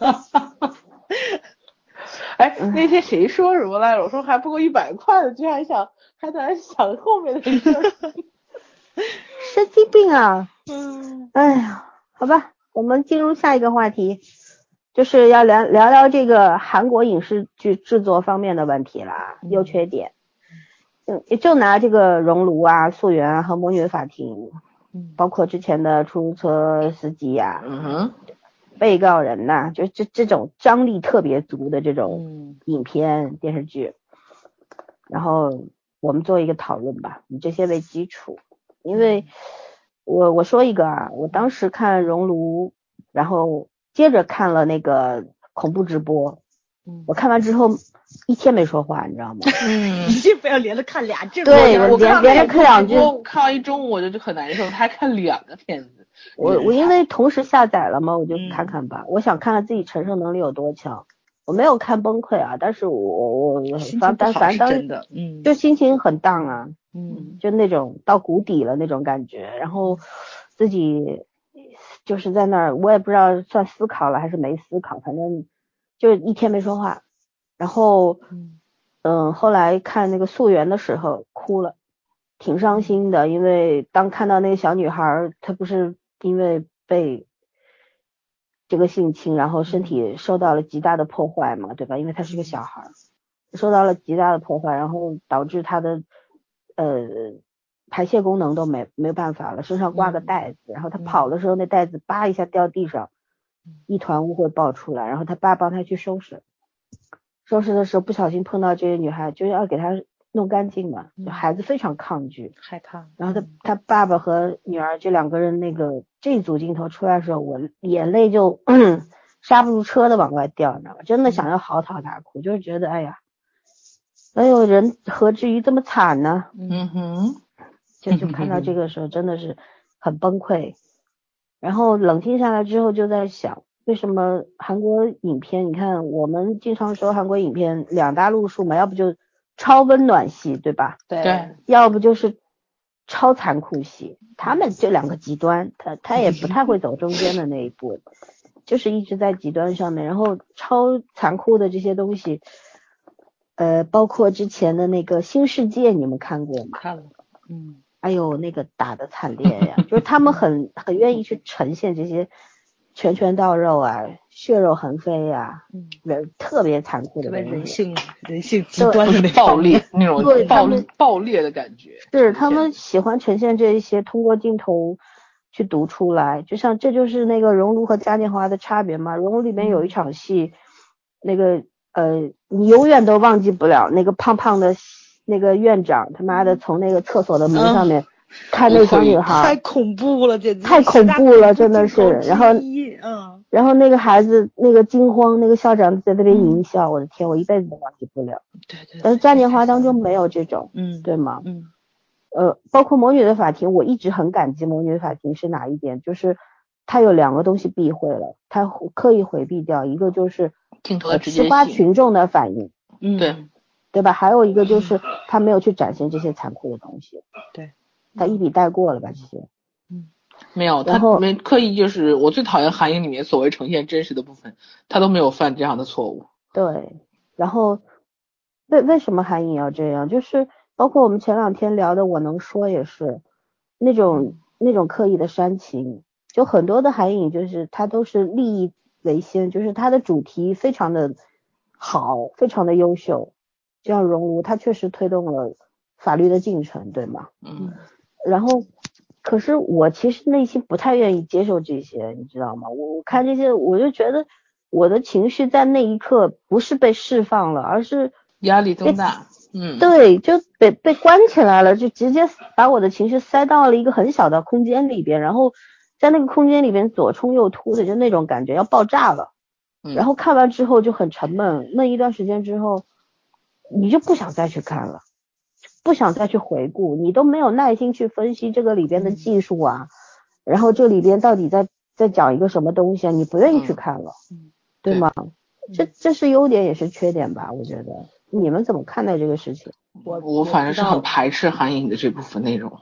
哎，那天谁说什么来着？我说还不够100块的，居然还在想后面的事。 神经病啊！哎呀，好吧，我们进入下一个话题，就是要聊聊这个韩国影视剧制作方面的问题啦，优缺点。也就拿这个熔炉啊、素媛啊和魔女的法庭，包括之前的出租车司机啊，被告人呐，就这种张力特别足的这种影片电视剧，然后我们做一个讨论吧，以这些为基础。因为我说一个啊，我当时看熔炉，然后接着看了那个恐怖直播，我看完之后1天没说话，你知道吗？ 一定不要连着看俩剧。 对，我连着看2剧， 我看完1中午我就很难受，他还看2个片子。 我因为同时下载了嘛，我就看看吧，我想看看自己承受能力有多强。我没有看崩溃啊，但是我反正真的， 就心情很荡啊，就那种到谷底了那种感觉，然后自己就是在那儿，我也不知道算思考了还是没思考，反正就1天没说话。然后后来看那个素媛的时候哭了，挺伤心的，因为当看到那个小女孩，她不是因为被这个性侵，然后身体受到了极大的破坏嘛，对吧？因为她是个小孩，受到了极大的破坏，然后导致她的排泄功能都没有办法了，身上挂个袋子，然后她跑的时候那袋子叭一下掉地上，一团污秽爆出来，然后她爸帮她去收拾的时候不小心碰到这个女孩，就要给她弄干净嘛，就孩子非常抗拒害怕， 然后他爸爸和女儿这2个人那个这组镜头出来的时候，我眼泪就刹不住车的往外掉，你知道吗？真的想要嚎啕大哭，就是觉得哎呀，人何至于这么惨呢？就看到这个时候真的是很崩溃，然后冷静下来之后就在想，为什么韩国影片，你看我们经常说韩国影片2大路数嘛，要不就超温暖系，对吧？ 对， 要不就是超残酷系，他们这2个极端，他也不太会走中间的那一步，就是一直在极端上面。然后超残酷的这些东西，包括之前的那个新世界，你们看过吗？ 看了， 哎呦，那个打得惨烈呀，就是他们很愿意去呈现这些拳到肉啊，血肉横飞啊，特别残酷的东西， 人性极端的那暴力那种暴烈的感觉， 是他们喜欢呈现这一些，通过镜头去读出来。就像这就是那个熔炉和嘉年华的差别嘛。熔炉里面有一场戏，那个你永远都忘记不了那个胖胖的那个院长，他妈的从那个厕所的门上面看那小女孩， 太恐怖了，简直太恐怖了，真的是。然后那个孩子那个惊慌，那个校长在那边淫笑，我的天，我一辈子都忘记不了。 对。 但是嘉年华当中没有这种，对吗？包括魔女的法庭，我一直很感激魔女的法庭是哪一点？就是他有2个东西避讳了，他刻意回避掉，一个就是吃瓜群众的反应，对吧？还有一个就是他没有去展现这些残酷的东西， 对， 他一笔带过了吧这些。 没有，他没刻意，就是我最讨厌韩影里面所谓呈现真实的部分，他都没有犯这样的错误。 对，然后为什么韩影要这样？就是包括我们前2天聊的我能说也是那种刻意的煽情，就很多的韩影就是它都是利益为先，就是它的主题非常的好，非常的优秀。就像熔炉，它确实推动了法律的进程，对吗？然后，可是我其实内心不太愿意接受这些，你知道吗？我看这些，我就觉得我的情绪在那一刻不是被释放了，而是压力增大。 对，就被关起来了，就直接把我的情绪塞到了一个很小的空间里边，然后在那个空间里边左冲右突的，就那种感觉要爆炸了。然后看完之后就很沉闷，那一段时间之后，你就不想再去看了，不想再去回顾，你都没有耐心去分析这个里边的技术啊，然后这里边到底在讲一个什么东西啊，你不愿意去看了，对吗？这是优点也是缺点吧，我觉得。你们怎么看待这个事情？ 我反正是很排斥韩影的这部分内容。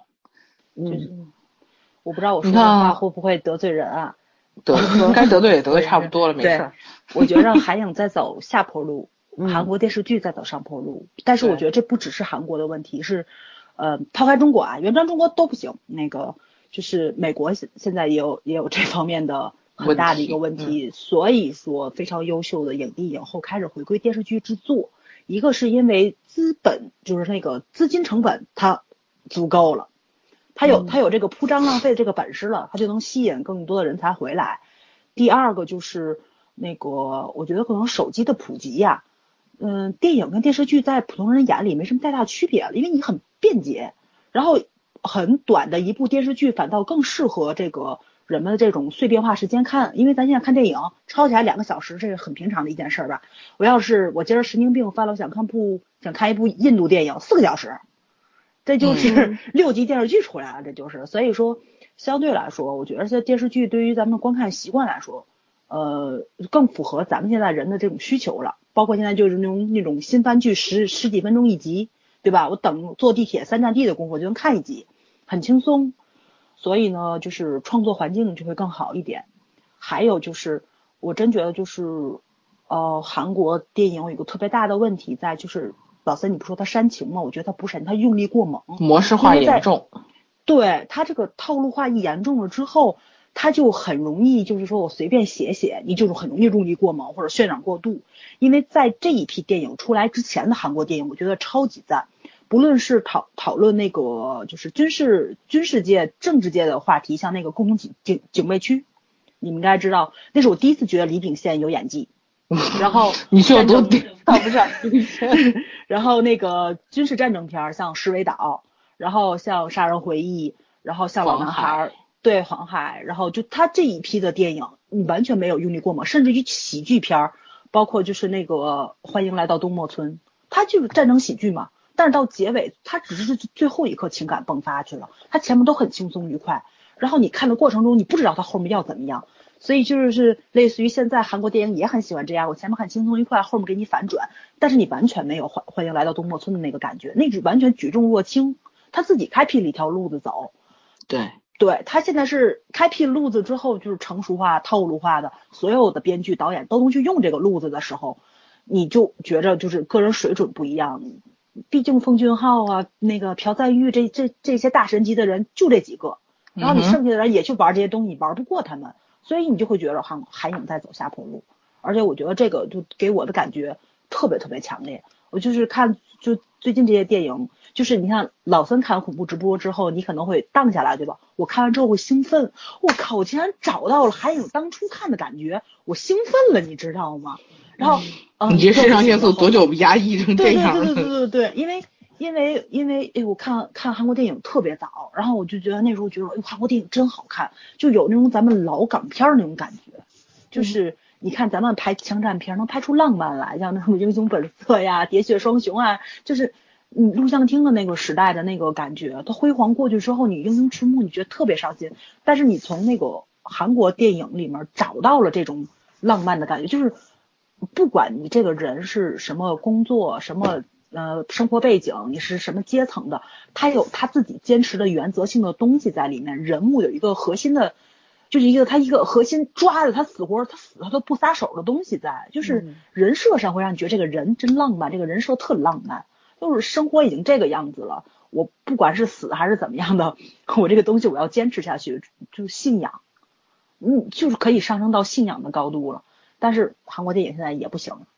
我不知道我说的话会不会得罪人啊？ 该得罪也得罪差不多了，没事。 我觉得韩影在走下坡路，韩国电视剧在走上坡路。但是我觉得这不只是韩国的问题，是抛开中国啊，原装中国都不行。那个就是美国现在也有这方面的很大的一个问题，所以说非常优秀的影帝影后开始回归电视剧制作。一个是因为资本，就是那个资金成本它足够了，他有这个铺张浪费的这个本事了，他就能吸引更多的人才回来。第二个就是那个我觉得可能手机的普及呀，电影跟电视剧在普通人眼里没什么太大区别了，因为你很便捷，然后很短的一部电视剧反倒更适合这个人们的这种碎片化时间看，因为咱现在看电影超起来2个小时，这是很平常的一件事吧。我今儿神经病犯了，想看一部印度电影4个小时，这就是6集电视剧出来了，这就是所以说相对来说，我觉得这电视剧对于咱们观看习惯来说，更符合咱们现在人的这种需求了。包括现在就是那种新番剧十几分钟一集，对吧？我等坐地铁3站地的功夫就能看一集，很轻松。所以呢，就是创作环境就会更好一点。还有就是，我真觉得就是，韩国电影有一个特别大的问题在，就是老三你不说他煽情吗？我觉得他不煽，他用力过猛， 模式化严重。 对，他这个套路化一严重了之后，他就很容易就是说我随便写，你就是很容易用力过猛或者渲染过度。因为在这一批电影出来之前的韩国电影，我觉得超级赞。不论是讨论那个就是军事界、政治界的话题，像那个共同警备区，你们应该知道，那是我第一次觉得李秉宪有演技。然后你是有多看不上？然后那个军事战争片，像《石尾岛》，然后像《杀人回忆》，然后像《老男孩》，对，黄海，然后就他这一批的电影，你完全没有用力过猛，甚至于喜剧片，包括就是那个《欢迎来到东莫村》，它就是战争喜剧嘛。但是到结尾，他只是最后一刻情感迸发去了，他前面都很轻松愉快，然后你看的过程中，你不知道他后面要怎么样，所以就是类似于现在韩国电影也很喜欢这样，我前面很轻松愉快，后面给你反转，但是你完全没有欢迎来到东莫村的那个感觉，那是完全举重若轻，他自己开辟了一条路子走。对，他现在是开辟路子之后，就是成熟化、套路化的，所有的编剧导演都能去用这个路子的时候，你就觉着就是个人水准不一样。毕竟奉俊昊啊，那个朴赞郁这些大神级的人就这几个，然后你剩下的人也去玩这些东西，玩不过他们，所以你就会觉得韩影在走下坡路。而且我觉得这个就给我的感觉特别特别强烈。我就是看就最近这些电影，就是你看老三看恐怖直播之后，你可能会荡下来，对吧？我看完之后会兴奋，我靠，我竟然找到了韩影当初看的感觉，我兴奋了，你知道吗？然后你这肾上腺素多久压抑成这样了？对，因为我看韩国电影特别早，然后我就觉得那时候觉得韩国电影真好看，就有那种咱们老港片那种感觉，就是你看咱们拍枪战片能拍出浪漫来，像那种英雄本色呀、喋血双雄啊，就是录像厅的那个时代的那个感觉，它辉煌过去之后，你英雄迟暮，你觉得特别伤心，但是你从那个韩国电影里面找到了这种浪漫的感觉，就是不管你这个人是什么工作，什么生活背景，你是什么阶层的，他有他自己坚持的原则性的东西在里面，人物有一个核心的，就是一个核心抓着他死活，他死他都不撒手的东西在，就是人设上会让你觉得这个人真浪漫，这个人设特浪漫，就是生活已经这个样子了，我不管是死还是怎么样的，我这个东西我要坚持下去，就是信仰，就是可以上升到信仰的高度了。但是韩国电影现在也不行，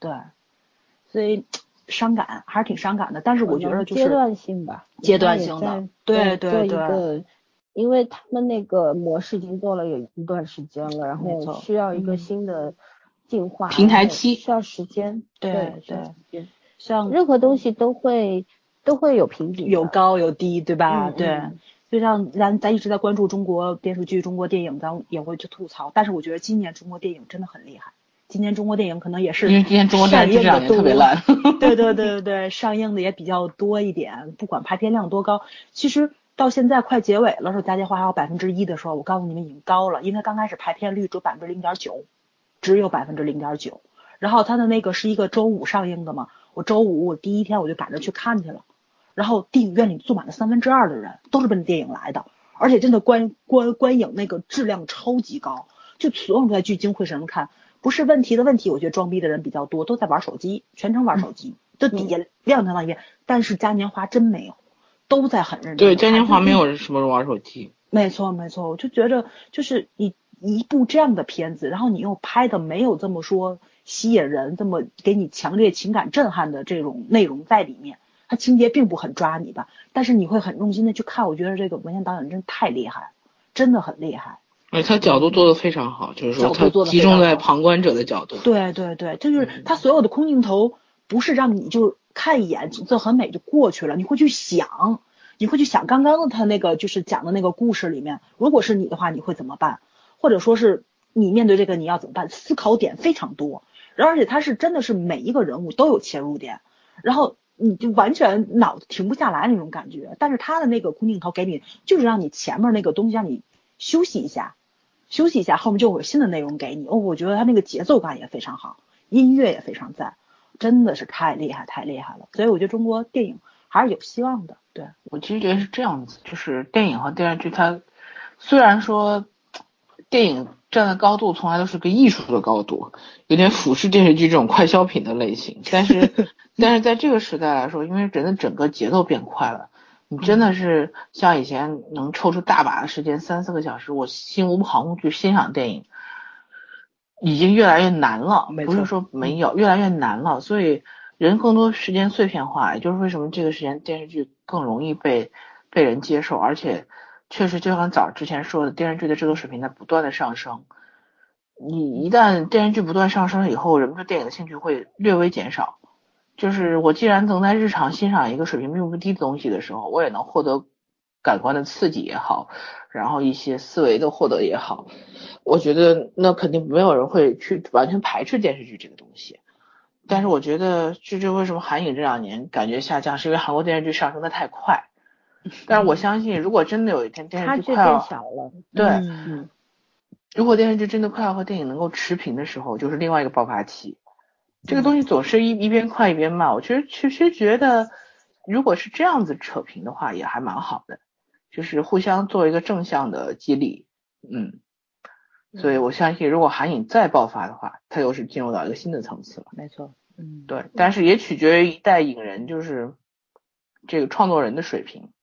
对，所以伤感还是挺伤感的，但是我觉得就是阶段性吧， 阶段性的，对对对，因为他们那个模式已经做了有一段时间了，然后需要一个新的进化， 平台期需要时间， 对， 像任何东西都会有瓶颈， 有高有低，对吧？对，就像咱一直在关注中国电视剧、中国电影，咱也会去吐槽，但是我觉得今年中国电影真的很厉害。今年中国电影可能也是因为今年中国电视剧这两年特别烂， 对，上映的也比较多一点，不管排片量多高，其实到现在快结尾了，说佳节话还有1%的时候，我告诉你们已经高了，因为刚开始排片率只有0.9%，只有0.9%，然后它的那个是一个周五上映的嘛，我周五我第一天我就赶着去看去了，然后电影院里坐满了2/3的人，都是奔着电影来的，而且真的观影那个质量超级高，就所有人都在聚精会神地看。不是问题的问题，我觉得装逼的人比较多，都在玩手机，全程玩手机，这底下亮堂一遍。但是嘉年华真没有，都在很认真。 对，嘉年华没有什么人玩手机。 没错，我就觉得就是你一部这样的片子，然后你又拍的没有这么说吸引人，这么给你强烈情感震撼的这种内容在里面，它情节并不很抓你吧，但是你会很用心的去看。我觉得这个文献导演真太厉害，真的很厉害。 他角度做的非常好，就是说他集中在旁观者的角度。 对，就是他所有的空镜头不是让你就看一眼景色很美就过去了，你会去想刚刚他那个就是讲的那个故事里面，如果是你的话你会怎么办，或者说是你面对这个你要怎么办，思考点非常多，而且他是真的是每一个人物都有切入点，然后你就完全脑子停不下来那种感觉，但是他的那个空镜头给你就是让你前面那个东西让你休息一下，后面就会有新的内容给你。我觉得他那个节奏感也非常好，音乐也非常赞，真的是太厉害了。所以我觉得中国电影还是有希望的。对， 我其实觉得是这样子，就是电影和电视剧它虽然说电影站的高度从来都是个艺术的高度，有点俯视电视剧这种快消品的类型，但是在这个时代来说，因为人的整个节奏变快了，你真的是像以前能抽出大把的时间3-4个小时，我心无旁骛去欣赏电影，已经越来越难了，不是说没有，越来越难了。所以人更多时间碎片化，也就是为什么这个时间电视剧更容易被人接受，而且确实就像早之前说的，电视剧的制作水平在不断的上升。你一旦电视剧不断上升以后，人们对电影的兴趣会略微减少。就是我既然能在日常欣赏一个水平并不低的东西的时候，我也能获得感官的刺激也好，然后一些思维的获得也好，我觉得那肯定没有人会去完全排斥电视剧这个东西。但是我觉得这为什么韩影这2年感觉下降，是因为韩国电视剧上升的太快。但是我相信如果真的有一天电视剧快要小了， 对，如果电视剧真的快要和电影能够持平的时候，就是另外一个爆发期。这个东西总是一边快一边慢，我其实觉得如果是这样子扯平的话也还蛮好的，就是互相做一个正向的激励。所以我相信如果韩影再爆发的话，它又是进入到一个新的层次了。 没错， 对，但是也取决于一代影人，就是这个创作人的水平。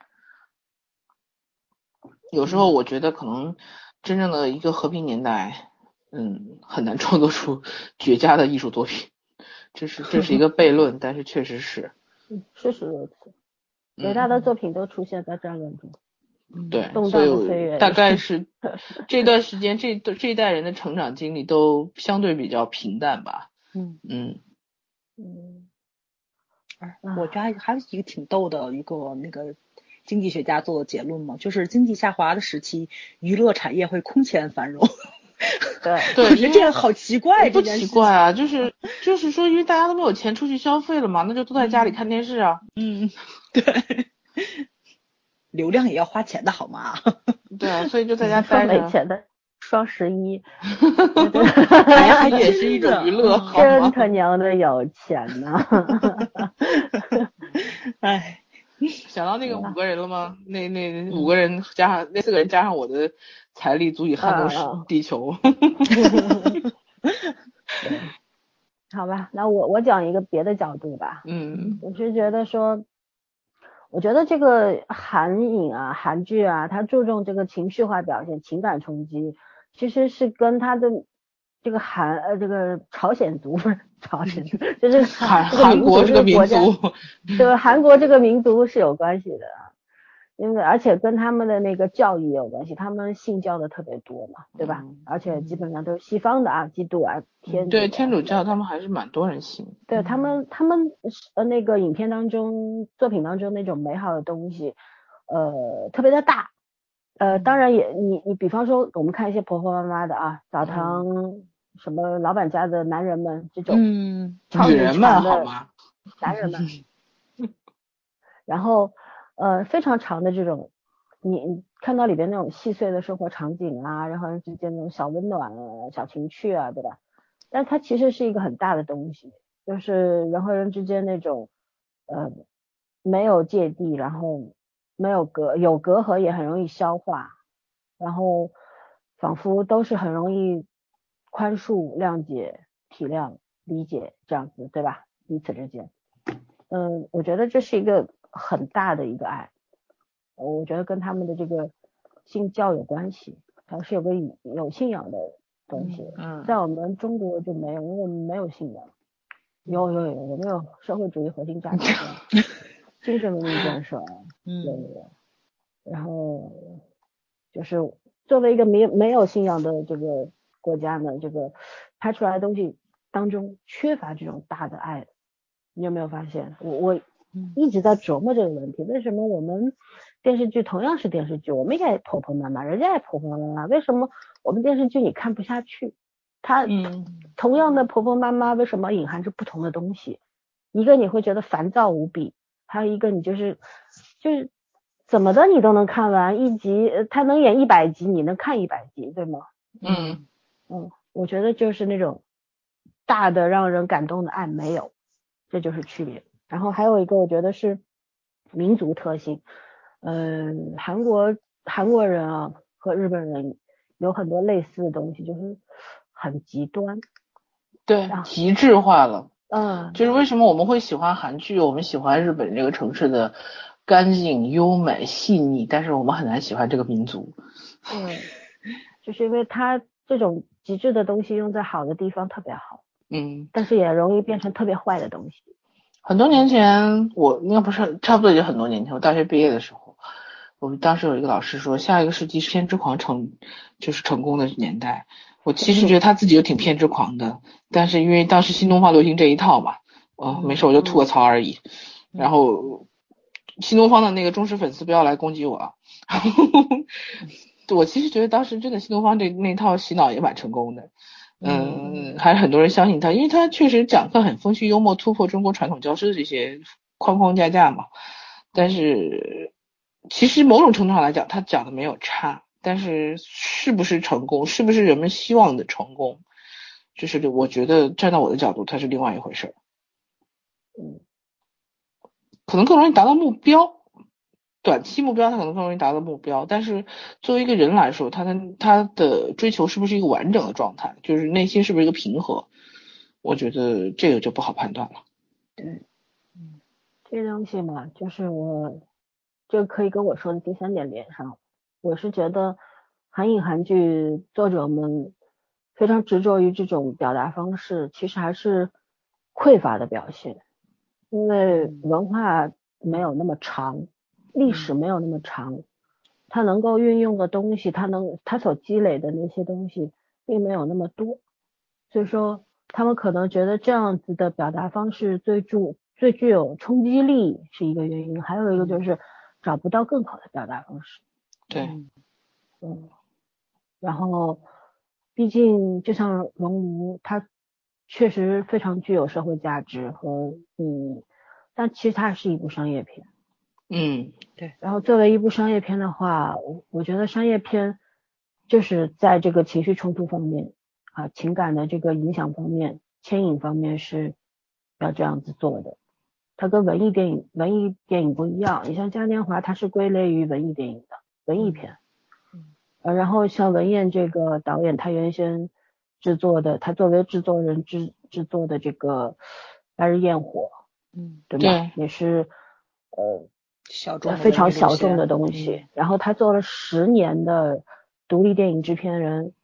有时候我觉得可能真正的一个和平年代，很难创作出绝佳的艺术作品。这是一个悖论，但是确实是。 事实如此。伟大的作品都出现在战乱中。 对，所以大概是这段时间这一代人的成长经历都相对比较平淡吧。 我觉得还有一个挺逗的一个那个经济学家做的结论嘛，就是经济下滑的时期，娱乐产业会空前繁荣。 对， 我觉得这样好奇怪， 不奇怪啊，就是说，因为大家都没有钱出去消费了嘛，那就都在家里看电视啊。 对，流量也要花钱的好吗？ 对啊，所以就在家待着。 没钱的双11， 它也是一种娱乐， 真他娘的有钱呐！ 哎， 想到那个5个人了吗？那5个人加上那4个人加上我的财力足以撼动地球。 好吧，那我讲一个别的角度吧。我是觉得说，我觉得这个韩影啊、韩剧啊，它注重这个情绪化表现、情感冲击，其实是跟它的这个这个朝鲜族不是朝鲜族，就是韩国这个民族， 对韩国这个民族是有关系的。因为而且跟他们的那个教育也有关系，他们信教的特别多嘛，对吧？而且基本上都是西方的啊，基督啊， 对天主教他们还是蛮多人信。 对他们那个影片当中作品当中那种美好的东西，特别的大。当然也你比方说我们看一些婆婆妈妈的啊，澡堂什么老板家的男人们这种， 女人们好吗？ 男人们，然后非常长的这种，你看到里边那种细碎的生活场景啊，人和人之间那种小温暖啊、小情趣啊，对吧？但它其实是一个很大的东西，就是人和人之间那种没有芥蒂，然后有隔阂也很容易消化，然后仿佛都是很容易宽恕、谅解、体谅、理解这样子，对吧？彼此之间，我觉得这是一个很大的一个爱，我觉得跟他们的这个信教有关系，它是有信仰的东西。在我们中国就没有，因为我们没有信仰。有，我们有社会主义核心价值观，精神文明建设，有。然后就是作为一个没有信仰的这个国家呢，这个拍出来的东西当中缺乏这种大的爱。你有没有发现？我一直在琢磨这个问题，为什么我们电视剧同样是电视剧，我们也婆婆妈妈，人家也婆婆妈妈，为什么我们电视剧你看不下去？它同样的婆婆妈妈，为什么隐含着不同的东西？一个你会觉得烦躁无比，还有一个你就是怎么的你都能看完一集，他能演100集，你能看100集，对吗？我觉得就是那种大的让人感动的爱没有，这就是区别。然后还有一个我觉得是民族特性，韩国人啊和日本人有很多类似的东西，就是很极端， 对，极致化了。就是为什么我们会喜欢韩剧，我们喜欢日本这个城市的干净、优美、细腻，但是我们很难喜欢这个民族。 就是因为它这种极致的东西用在好的地方特别好，但是也容易变成特别坏的东西。 很多年前，我应该不是，差不多也就很多年前，我大学毕业的时候，我们当时有一个老师说，下一个世纪是偏执狂就是成功的年代。我其实觉得他自己就挺偏执狂的，但是因为当时新东方流行这一套嘛，没事我就吐个槽而已。然后新东方的那个忠实粉丝不要来攻击我啊。我其实觉得当时真的新东方那套洗脑也蛮成功的。还是很多人相信他，因为他确实讲课很风趣幽默，突破中国传统教师的这些框框架架嘛。但是其实某种程度上来讲，他讲的没有差，但是是不是成功，是不是人们希望的成功，就是我觉得站到我的角度，它是另外一回事。可能更容易达到目标。短期目标他可能更容易达到目标，但是作为一个人来说，他的追求是不是一个完整的状态，就是内心是不是一个平和，我觉得这个就不好判断了。 这个东西嘛，就是我就可以跟我说的第3点连上。我是觉得韩影韩剧作者们非常执着于这种表达方式，其实还是匮乏的表现，因为文化没有那么长，历史没有那么长，它能够运用的东西，它所积累的那些东西并没有那么多，所以说他们可能觉得这样子的表达方式最具有冲击力是一个原因，还有一个就是找不到更好的表达方式。 对， 然后毕竟就像龙无，它确实非常具有社会价值和但其实它是一部商业片。 对。 然后作为一部商业片的话，我觉得商业片就是在这个情绪冲突方面啊，情感的这个影响方面、牵引方面是要这样子做的。它跟文艺电影不一样，你像嘉年华它是归类于文艺电影的文艺片。然后像文彦这个导演，他原先制作的，他作为制作人制作的这个《白日焰火》，对吧？也是非常小众的东西。然后他做了10年的独立电影制片人，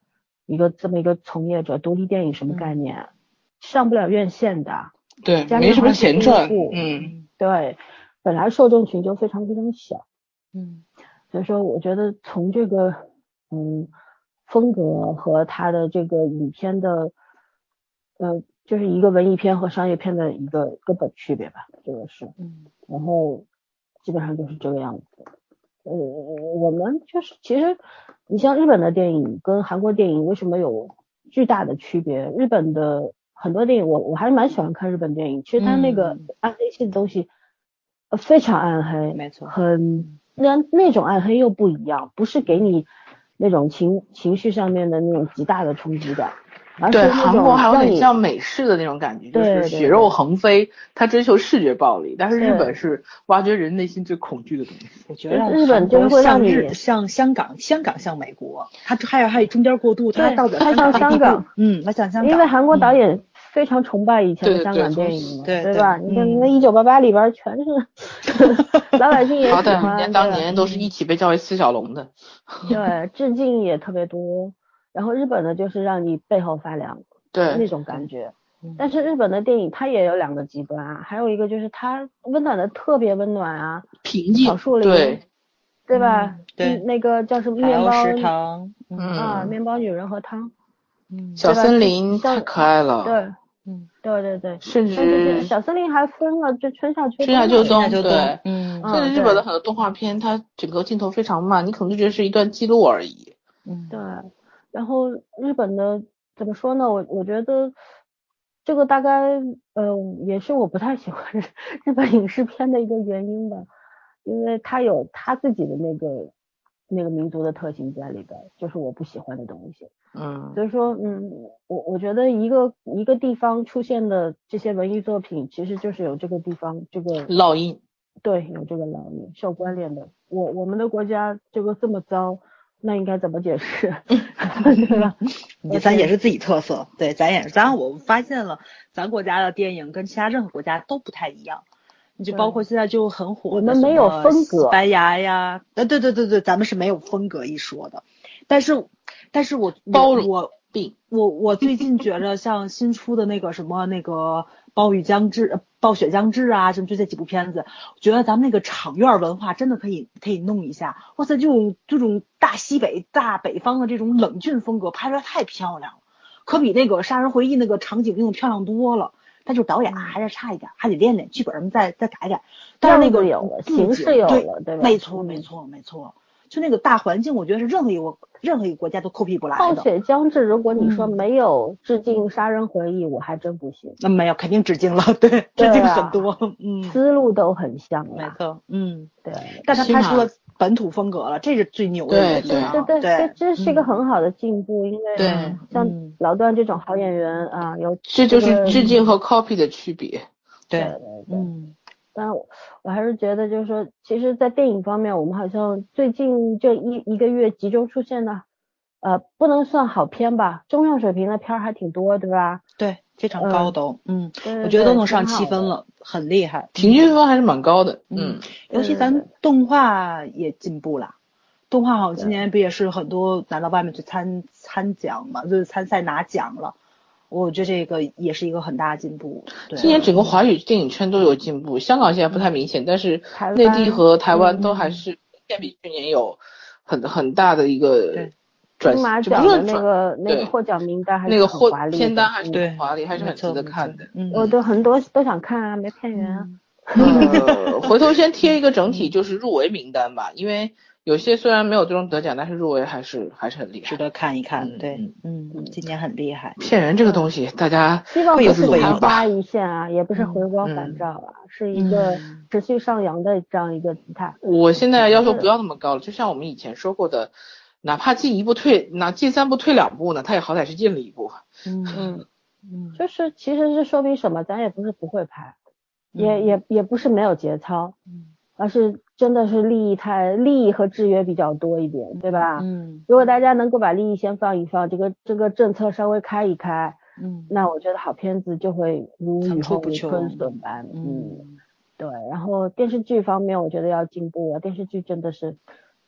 这么一个从业者，独立电影什么概念？上不了院线的， 对，没什么钱赚， 对，本来受众群就非常非常小，所以说我觉得从这个风格和它的这个影片的就是一个文艺片和商业片的一个根本区别吧，这个是，然后基本上就是这个样子。我们就是其实你像日本的电影跟韩国电影为什么有巨大的区别？日本的很多电影我还是蛮喜欢看日本电影，其实它那个暗黑系的东西非常暗黑， 没错， 那种暗黑又不一样，不是给你那种情绪上面的那种极大的冲击感。 对，韩国还有点像美式的那种感觉，就是血肉横飞，他追求视觉暴力，但是日本是挖掘人内心最恐惧的东西。 我觉得日本就会让你像香港像美国，它还有中间过渡，它到不了像香港， 它像香港， 因为韩国导演非常崇拜以前的香港电影嘛，对吧？你看那1988里边全是老百姓也喜欢， 好歹当年都是一起被叫为四小龙的， 对，致敬也特别多。然后日本的就是让你背后发凉， 对那种感觉。但是日本的电影它也有两个极端啊，还有一个就是它温暖的特别温暖啊， 平静， 草树林，对吧？ 对， 那个叫什么面包食堂， 面包女人和汤， 小森林太可爱了， 对， 甚至小森林还分了就春夏秋冬， 对， 甚至日本的很多动画片，它整个镜头非常慢，你可能就觉得是一段记录而已， 对。然后日本的怎么说呢？我觉得这个大概也是我不太喜欢日本影视片的一个原因吧，因为它有它自己的那个民族的特性在里边，就是我不喜欢的东西。所以说我觉得一个地方出现的这些文艺作品，其实就是有这个地方这个烙印， 对，有这个烙印受关联的。我们的国家这个这么糟。那应该怎么解释？对吧？ 咱也是自己特色，对，我发现了，咱国家的电影跟其他任何国家都不太一样。你就包括现在就很火的， 我们没有风格， 西班牙呀，对，咱们是没有风格一说的。但是我包容病， 我最近觉得像新出的那个什么那个暴雪将至啊，什么就这几部片子，我觉得咱们那个场院文化真的可以弄一下。哇塞，这种大北方的这种冷峻风格拍出来太漂亮了，可比那个《杀人回忆》那个场景用的漂亮多了。但就是导演还是差一点，还得练练剧本什么再改。但是那个有了，形式有了，对吧？ 没错。就那个大环境，我觉得是任何一个国家都 copy 不来的。 暴雪将至，如果你说没有致敬《杀人回忆》，我还真不信。 那没有，肯定致敬了，对，致敬很多， 思路都很像， 没错， 对。 但他拍出了本土风格了，这是最牛的地方。 对，这是一个很好的进步，因为像老段这种好演员啊， 这就是致敬和 copy 的区别。 对，但我还是觉得就是说，其实在电影方面，我们好像最近这一个月集中出现的不能算好片吧，中上水平的片还挺多，对吧？ 对，非常高都，我觉得都能上7分了，很厉害， 平均分还是蛮高的， 尤其咱动画也进步了，动画好像今年不也是很多拿到外面去参奖嘛，就是参赛拿奖了。我觉得这个也是一个很大的进步。对， 今年整个华语电影圈都有进步，香港现在不太明显，但是内地和台湾都还是比去年有很大的一个转。 金马奖的那个获奖名单还是很华丽的， 片单还是很华丽，还是很值得看的。 我都很多都想看啊，没片源。 回头先贴一个整体就是入围名单吧，因为有些虽然没有最终得奖，但是入围还是很厉害， 值得看一看。对，今年很厉害。 片源这个东西，大家希望不是昙花一现啊，也不是回光返照啊，是一个持续上扬的这样一个姿态。 我现在要求不要那么高了，就像我们以前说过的，哪怕进3步退2步呢，他也好歹是进了1步。 就是其实是说明什么？咱也不是不会拍，也不是没有节操，而是真的是利益和制约比较多一点，对吧？如果大家能够把利益先放一放，这个政策稍微开一开，那我觉得好片子就会如雨后春笋般，对。然后电视剧方面，我觉得要进步啊，电视剧真的是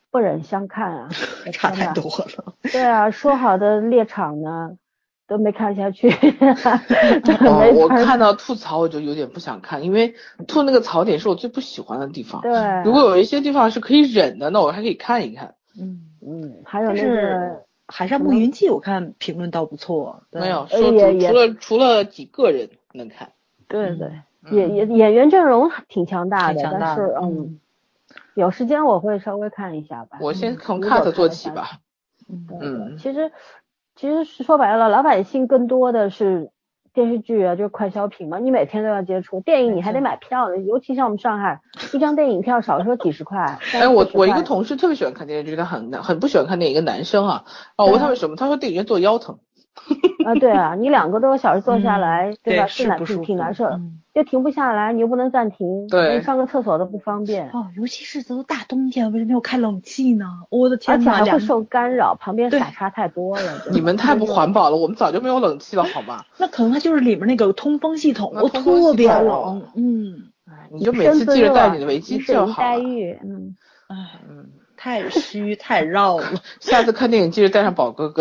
不忍相看啊， 差太多了。 对啊，说好的猎场呢，都没看下去。 我看到吐槽我就有点不想看，因为吐那个槽点是我最不喜欢的地方。 对， 如果有一些地方是可以忍的，那我还可以看一看。 还有那个海上牧云记，我看评论倒不错。 没有说除了几个人能看。 对，演员阵容挺强大的，但是有时间我会稍微看一下吧。 我先从 cut 做起吧。 其实说白了，老百姓更多的是电视剧啊，就是快消品嘛，你每天都要接触。电影你还得买票的，尤其像我们上海，一张电影票少说几十块。 我一个同事特别喜欢看电视剧，他很不喜欢看电影，一个男生啊。我问他为什么，他说电影院坐腰疼。 对啊，你2个多小时坐下来，对吧？ 是挺难受，又停不下来，你又不能暂停， 对， 上个厕所都不方便。 尤其是都大冬天，为什么要开冷气呢？我的天哪！ 而且还会受干扰，旁边傻叉太多了。 你们太不环保了，我们早就没有冷气了，好吗？ 那可能它就是里面那个通风系统，特别冷。 你就每次记着戴你的围巾就好了。 待遇， 太虚太绕了。 下次看电影记得带上宝哥哥。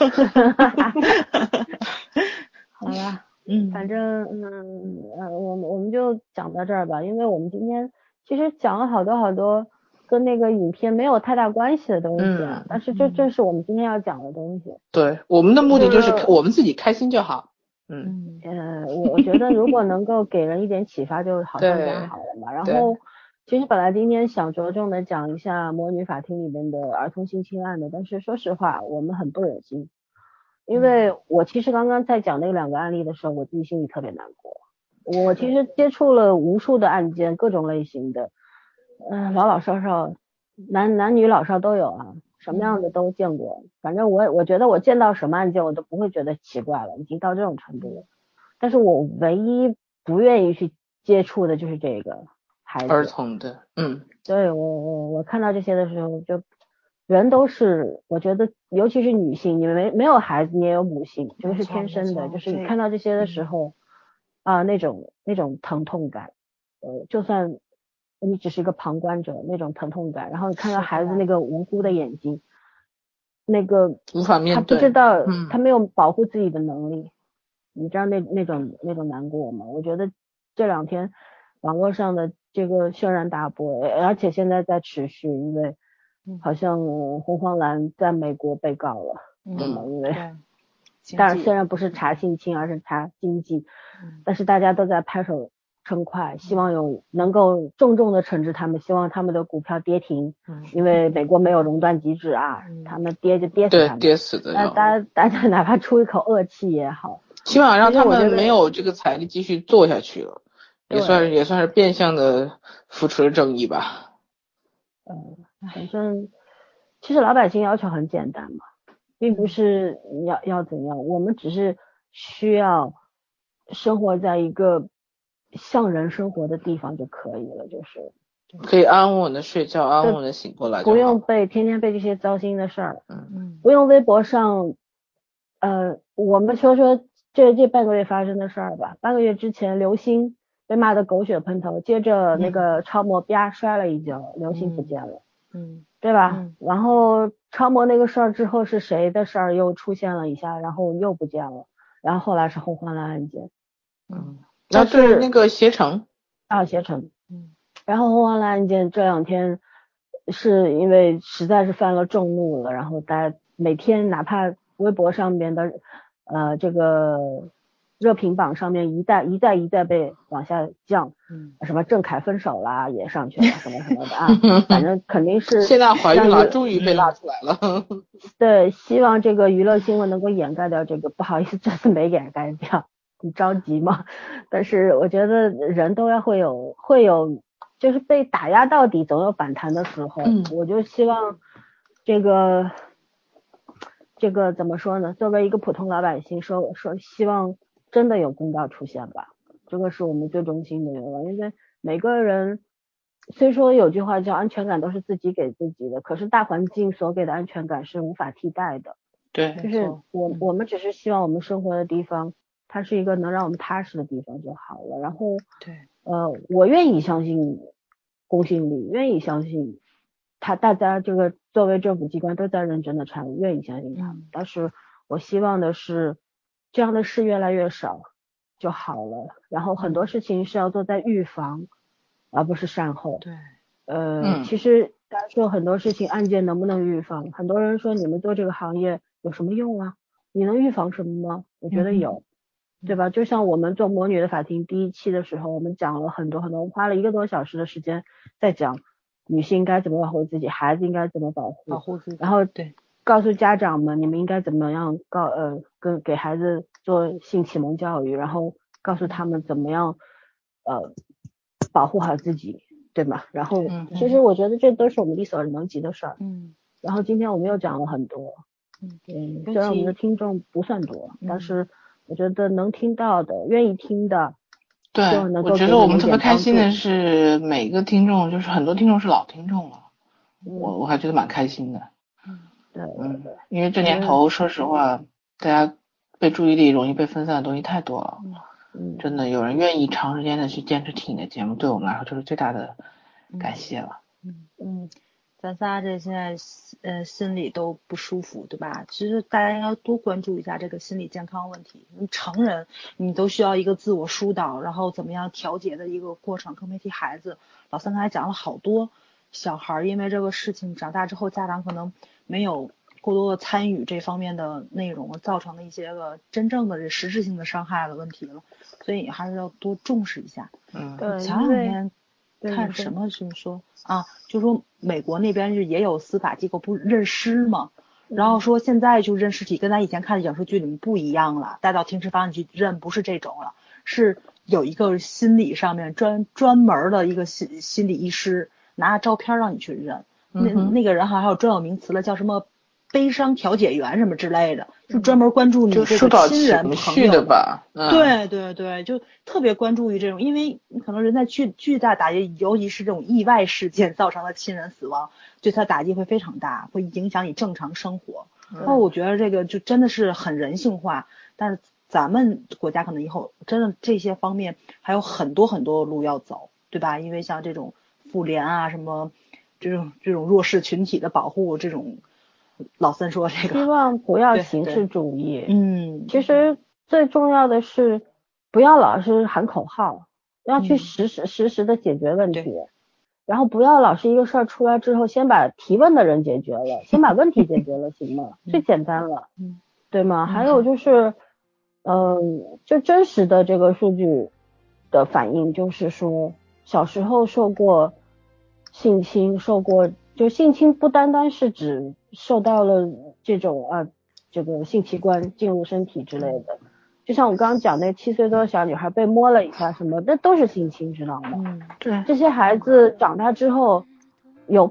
好吧，反正我们就讲到这儿吧，因为我们今天其实讲了好多跟那个影片没有太大关系的东西啊，但是这是我们今天要讲的东西。 对，我们的目的就是我们自己开心就好。 我觉得如果能够给人一点启发，就好像更好了嘛。然后其实本来今天想着重的讲一下魔女法庭里面的儿童性侵案的，但是说实话我们很不忍心，因为我其实刚刚在讲那2个案例的时候，我自己心里特别难过。我其实接触了无数的案件，各种类型的，老老少少，男女老少都有啊，什么样的都见过。反正我觉得我见到什么案件我都不会觉得奇怪了，已经到这种程度了。但是我唯一不愿意去接触的就是这个孩子， 儿童的。 对，我看到这些的时候，就人都是，我觉得尤其是女性，你没有孩子，你也有母性，这个是天生的，就是你看到这些的时候那种疼痛感，就算你只是一个旁观者，那种疼痛感，然后你看到孩子那个无辜的眼睛，那个无法面对，他不知道，他没有保护自己的能力，你知道那种难过吗？我觉得这2天网络上的这个轩然大波，而且现在在持续，因为好像红黄蓝在美国被告了，对吗？因为当然虽然不是查性侵，而是查经济，但是大家都在拍手称快，希望能够重重的惩治他们，希望他们的股票跌停，因为美国没有熔断机制啊，他们跌就跌死他们， 对，跌死的。 大家哪怕出一口恶气也好， 起码让他们没有这个财力继续做下去了，也算是变相的扶持了正义吧。 反正其实老百姓要求很简单嘛，并不是要怎样，我们只是需要生活在一个像人生活的地方就可以了，就是可以安稳的睡觉，安稳的醒过来就好， 不用天天被这些糟心的事儿，不用微博上我们说这半个月发生的事儿吧。半个月之前刘星被骂得狗血喷头，接着那个超模啪摔了一跤，刘星不见了，对吧？然后超模那个事儿之后是谁的事儿又出现了一下，然后又不见了，然后后来是红黄蓝案件， 然后是那个携程， 然后红黄蓝案件这2天是因为实在是犯了众怒了，然后大家每天哪怕微博上面的这个热评榜上面一再被往下降，什么郑恺分手啦也上去了，什么什么的啊，反正肯定是现在怀孕了，终于被拉出来了。 对，希望这个娱乐新闻能够掩盖掉这个，不好意思，这次没掩盖掉，你着急吗？但是我觉得人都要会有，就是被打压到底总有反弹的时候，我就希望这个怎么说呢？作为一个普通老百姓，说希望真的有公道出现吧，这个是我们最衷心的愿望。因为每个人虽说有句话叫安全感都是自己给自己的，可是大环境所给的安全感是无法替代的。 对， 就是我们只是希望我们生活的地方，它是一个能让我们踏实的地方就好了。然后对， 我愿意相信公信力，愿意相信大家这个作为政府机关都在认真的参与，愿意相信他们。但是我希望的是这样的事越来越少就好了，然后很多事情是要做在预防而不是善后。 对， 其实大家说很多事情案件能不能预防，很多人说你们做这个行业有什么用啊，你能预防什么吗？我觉得有，对吧？就像我们做魔女的法庭第1期的时候，我们讲了很多，我花了1个多小时的时间在讲女性该怎么保护自己，孩子应该怎么保护自己， 然后对告诉家长们你们应该怎么样给孩子做性启蒙教育，然后告诉他们怎么样保护好自己，对吗？然后其实我觉得这都是我们力所能及的事儿。然后今天我们又讲了很多，虽然我们的听众不算多，但是我觉得能听到的愿意听的， 对，我觉得我们特别开心的是每个听众，就是很多听众是老听众了，我还觉得蛮开心的。 对， 因为这年头说实话大家被注意力容易被分散的东西太多了，真的有人愿意长时间的去坚持听你的节目，对我们来说就是最大的感谢了。 咱仨这现在心里都不舒服，对吧？其实大家要多关注一下这个心理健康问题。你成人你都需要一个自我疏导，然后怎么样调节的一个过程，更别提孩子。老三刚才讲了好多小孩因为这个事情长大之后，家长可能没有过多的参与这方面的内容，造成的一些个真正的实质性的伤害的问题了，所以还是要多重视一下。 对， 前两天看什么是说啊，就说美国那边是也有司法机构不认尸吗？然后说现在就认尸体跟咱以前看的影视剧里面不一样了，带到停尸房去认不是这种了，是有一个心理上面专门的一个心理医师拿着照片让你去认，那个人好像还有专有名词了，叫什么悲伤调解员什么之类的，就专门关注你这个亲人朋友的吧。 对，就特别关注于这种，因为可能人在巨大打击，尤其是这种意外事件造成的亲人死亡，对他打击会非常大，会影响你正常生活。然后我觉得这个就真的是很人性化，但是咱们国家可能以后真的这些方面还有很多很多路要走，对吧？因为像这种妇联啊，什么这种弱势群体的保护，这种老三说这个希望不要形式主义。 其实最重要的是不要老是喊口号，要去实时的解决问题，然后不要老是一个事儿出来之后先把提问的人解决了，先把问题解决了行吗？最简单了，对吗？还有就是就真实的这个数据的反应，就是说小时候受过性侵，就性侵不单单是指受到了这种这个性器官进入身体之类的，就像我刚刚讲那7岁多的小女孩被摸了一下什么，那都是性侵，知道吗？ 对， 这些孩子长大之后有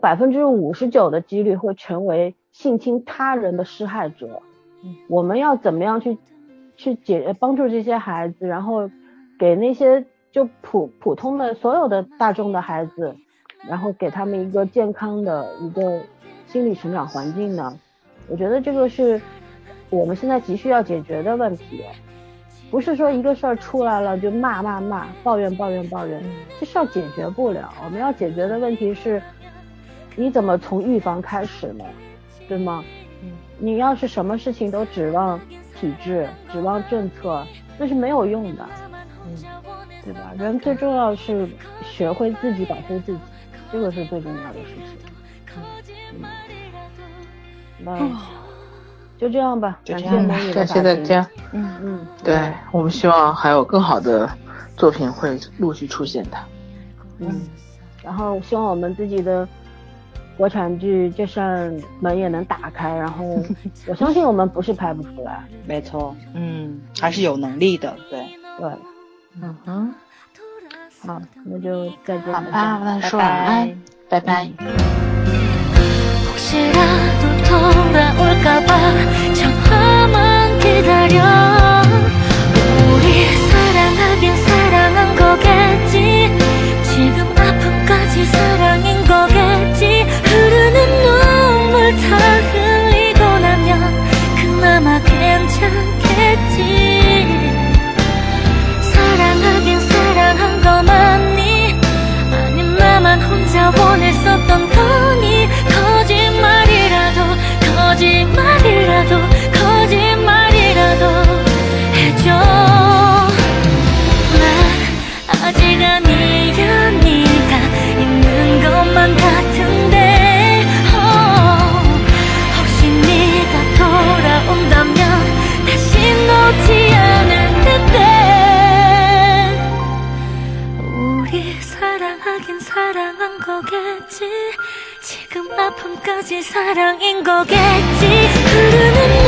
59%的几率会成为性侵他人的施害者。我们要怎么样去帮助这些孩子，然后给那些就普通的所有的大众的孩子，然后给他们一个健康的一个心理成长环境呢？我觉得这个是我们现在急需要解决的问题，不是说一个事儿出来了就骂抱怨，这事儿解决不了。我们要解决的问题是你怎么从预防开始呢？对吗？你要是什么事情都指望体制指望政策，那是没有用的。对吧？人最重要是学会自己保护自己，这个是最重要的事情。那就这样吧，感谢大家。对，我们希望还有更好的作品会陆续出现的。 然后希望我们自己的国产剧这扇门也能打开，然后我相信我们不是拍不出来。 没错，还是有能力的，对。 好，那就再见。 好吧，那说晚安，拜拜。 혹시라도 돌아올까봐 참아만 기다려 우리 사랑하긴 사랑한 거겠지 지금 아픔까지 사랑인 거겠지 흐르는 눈물 다 흘리고 나면 그나마 괜찮겠지 사랑하긴 사랑한 거 맞니 아님 나만 혼자 원했었던 거니 거겠지 지금 아픔까지 사랑인 거겠지 흐르는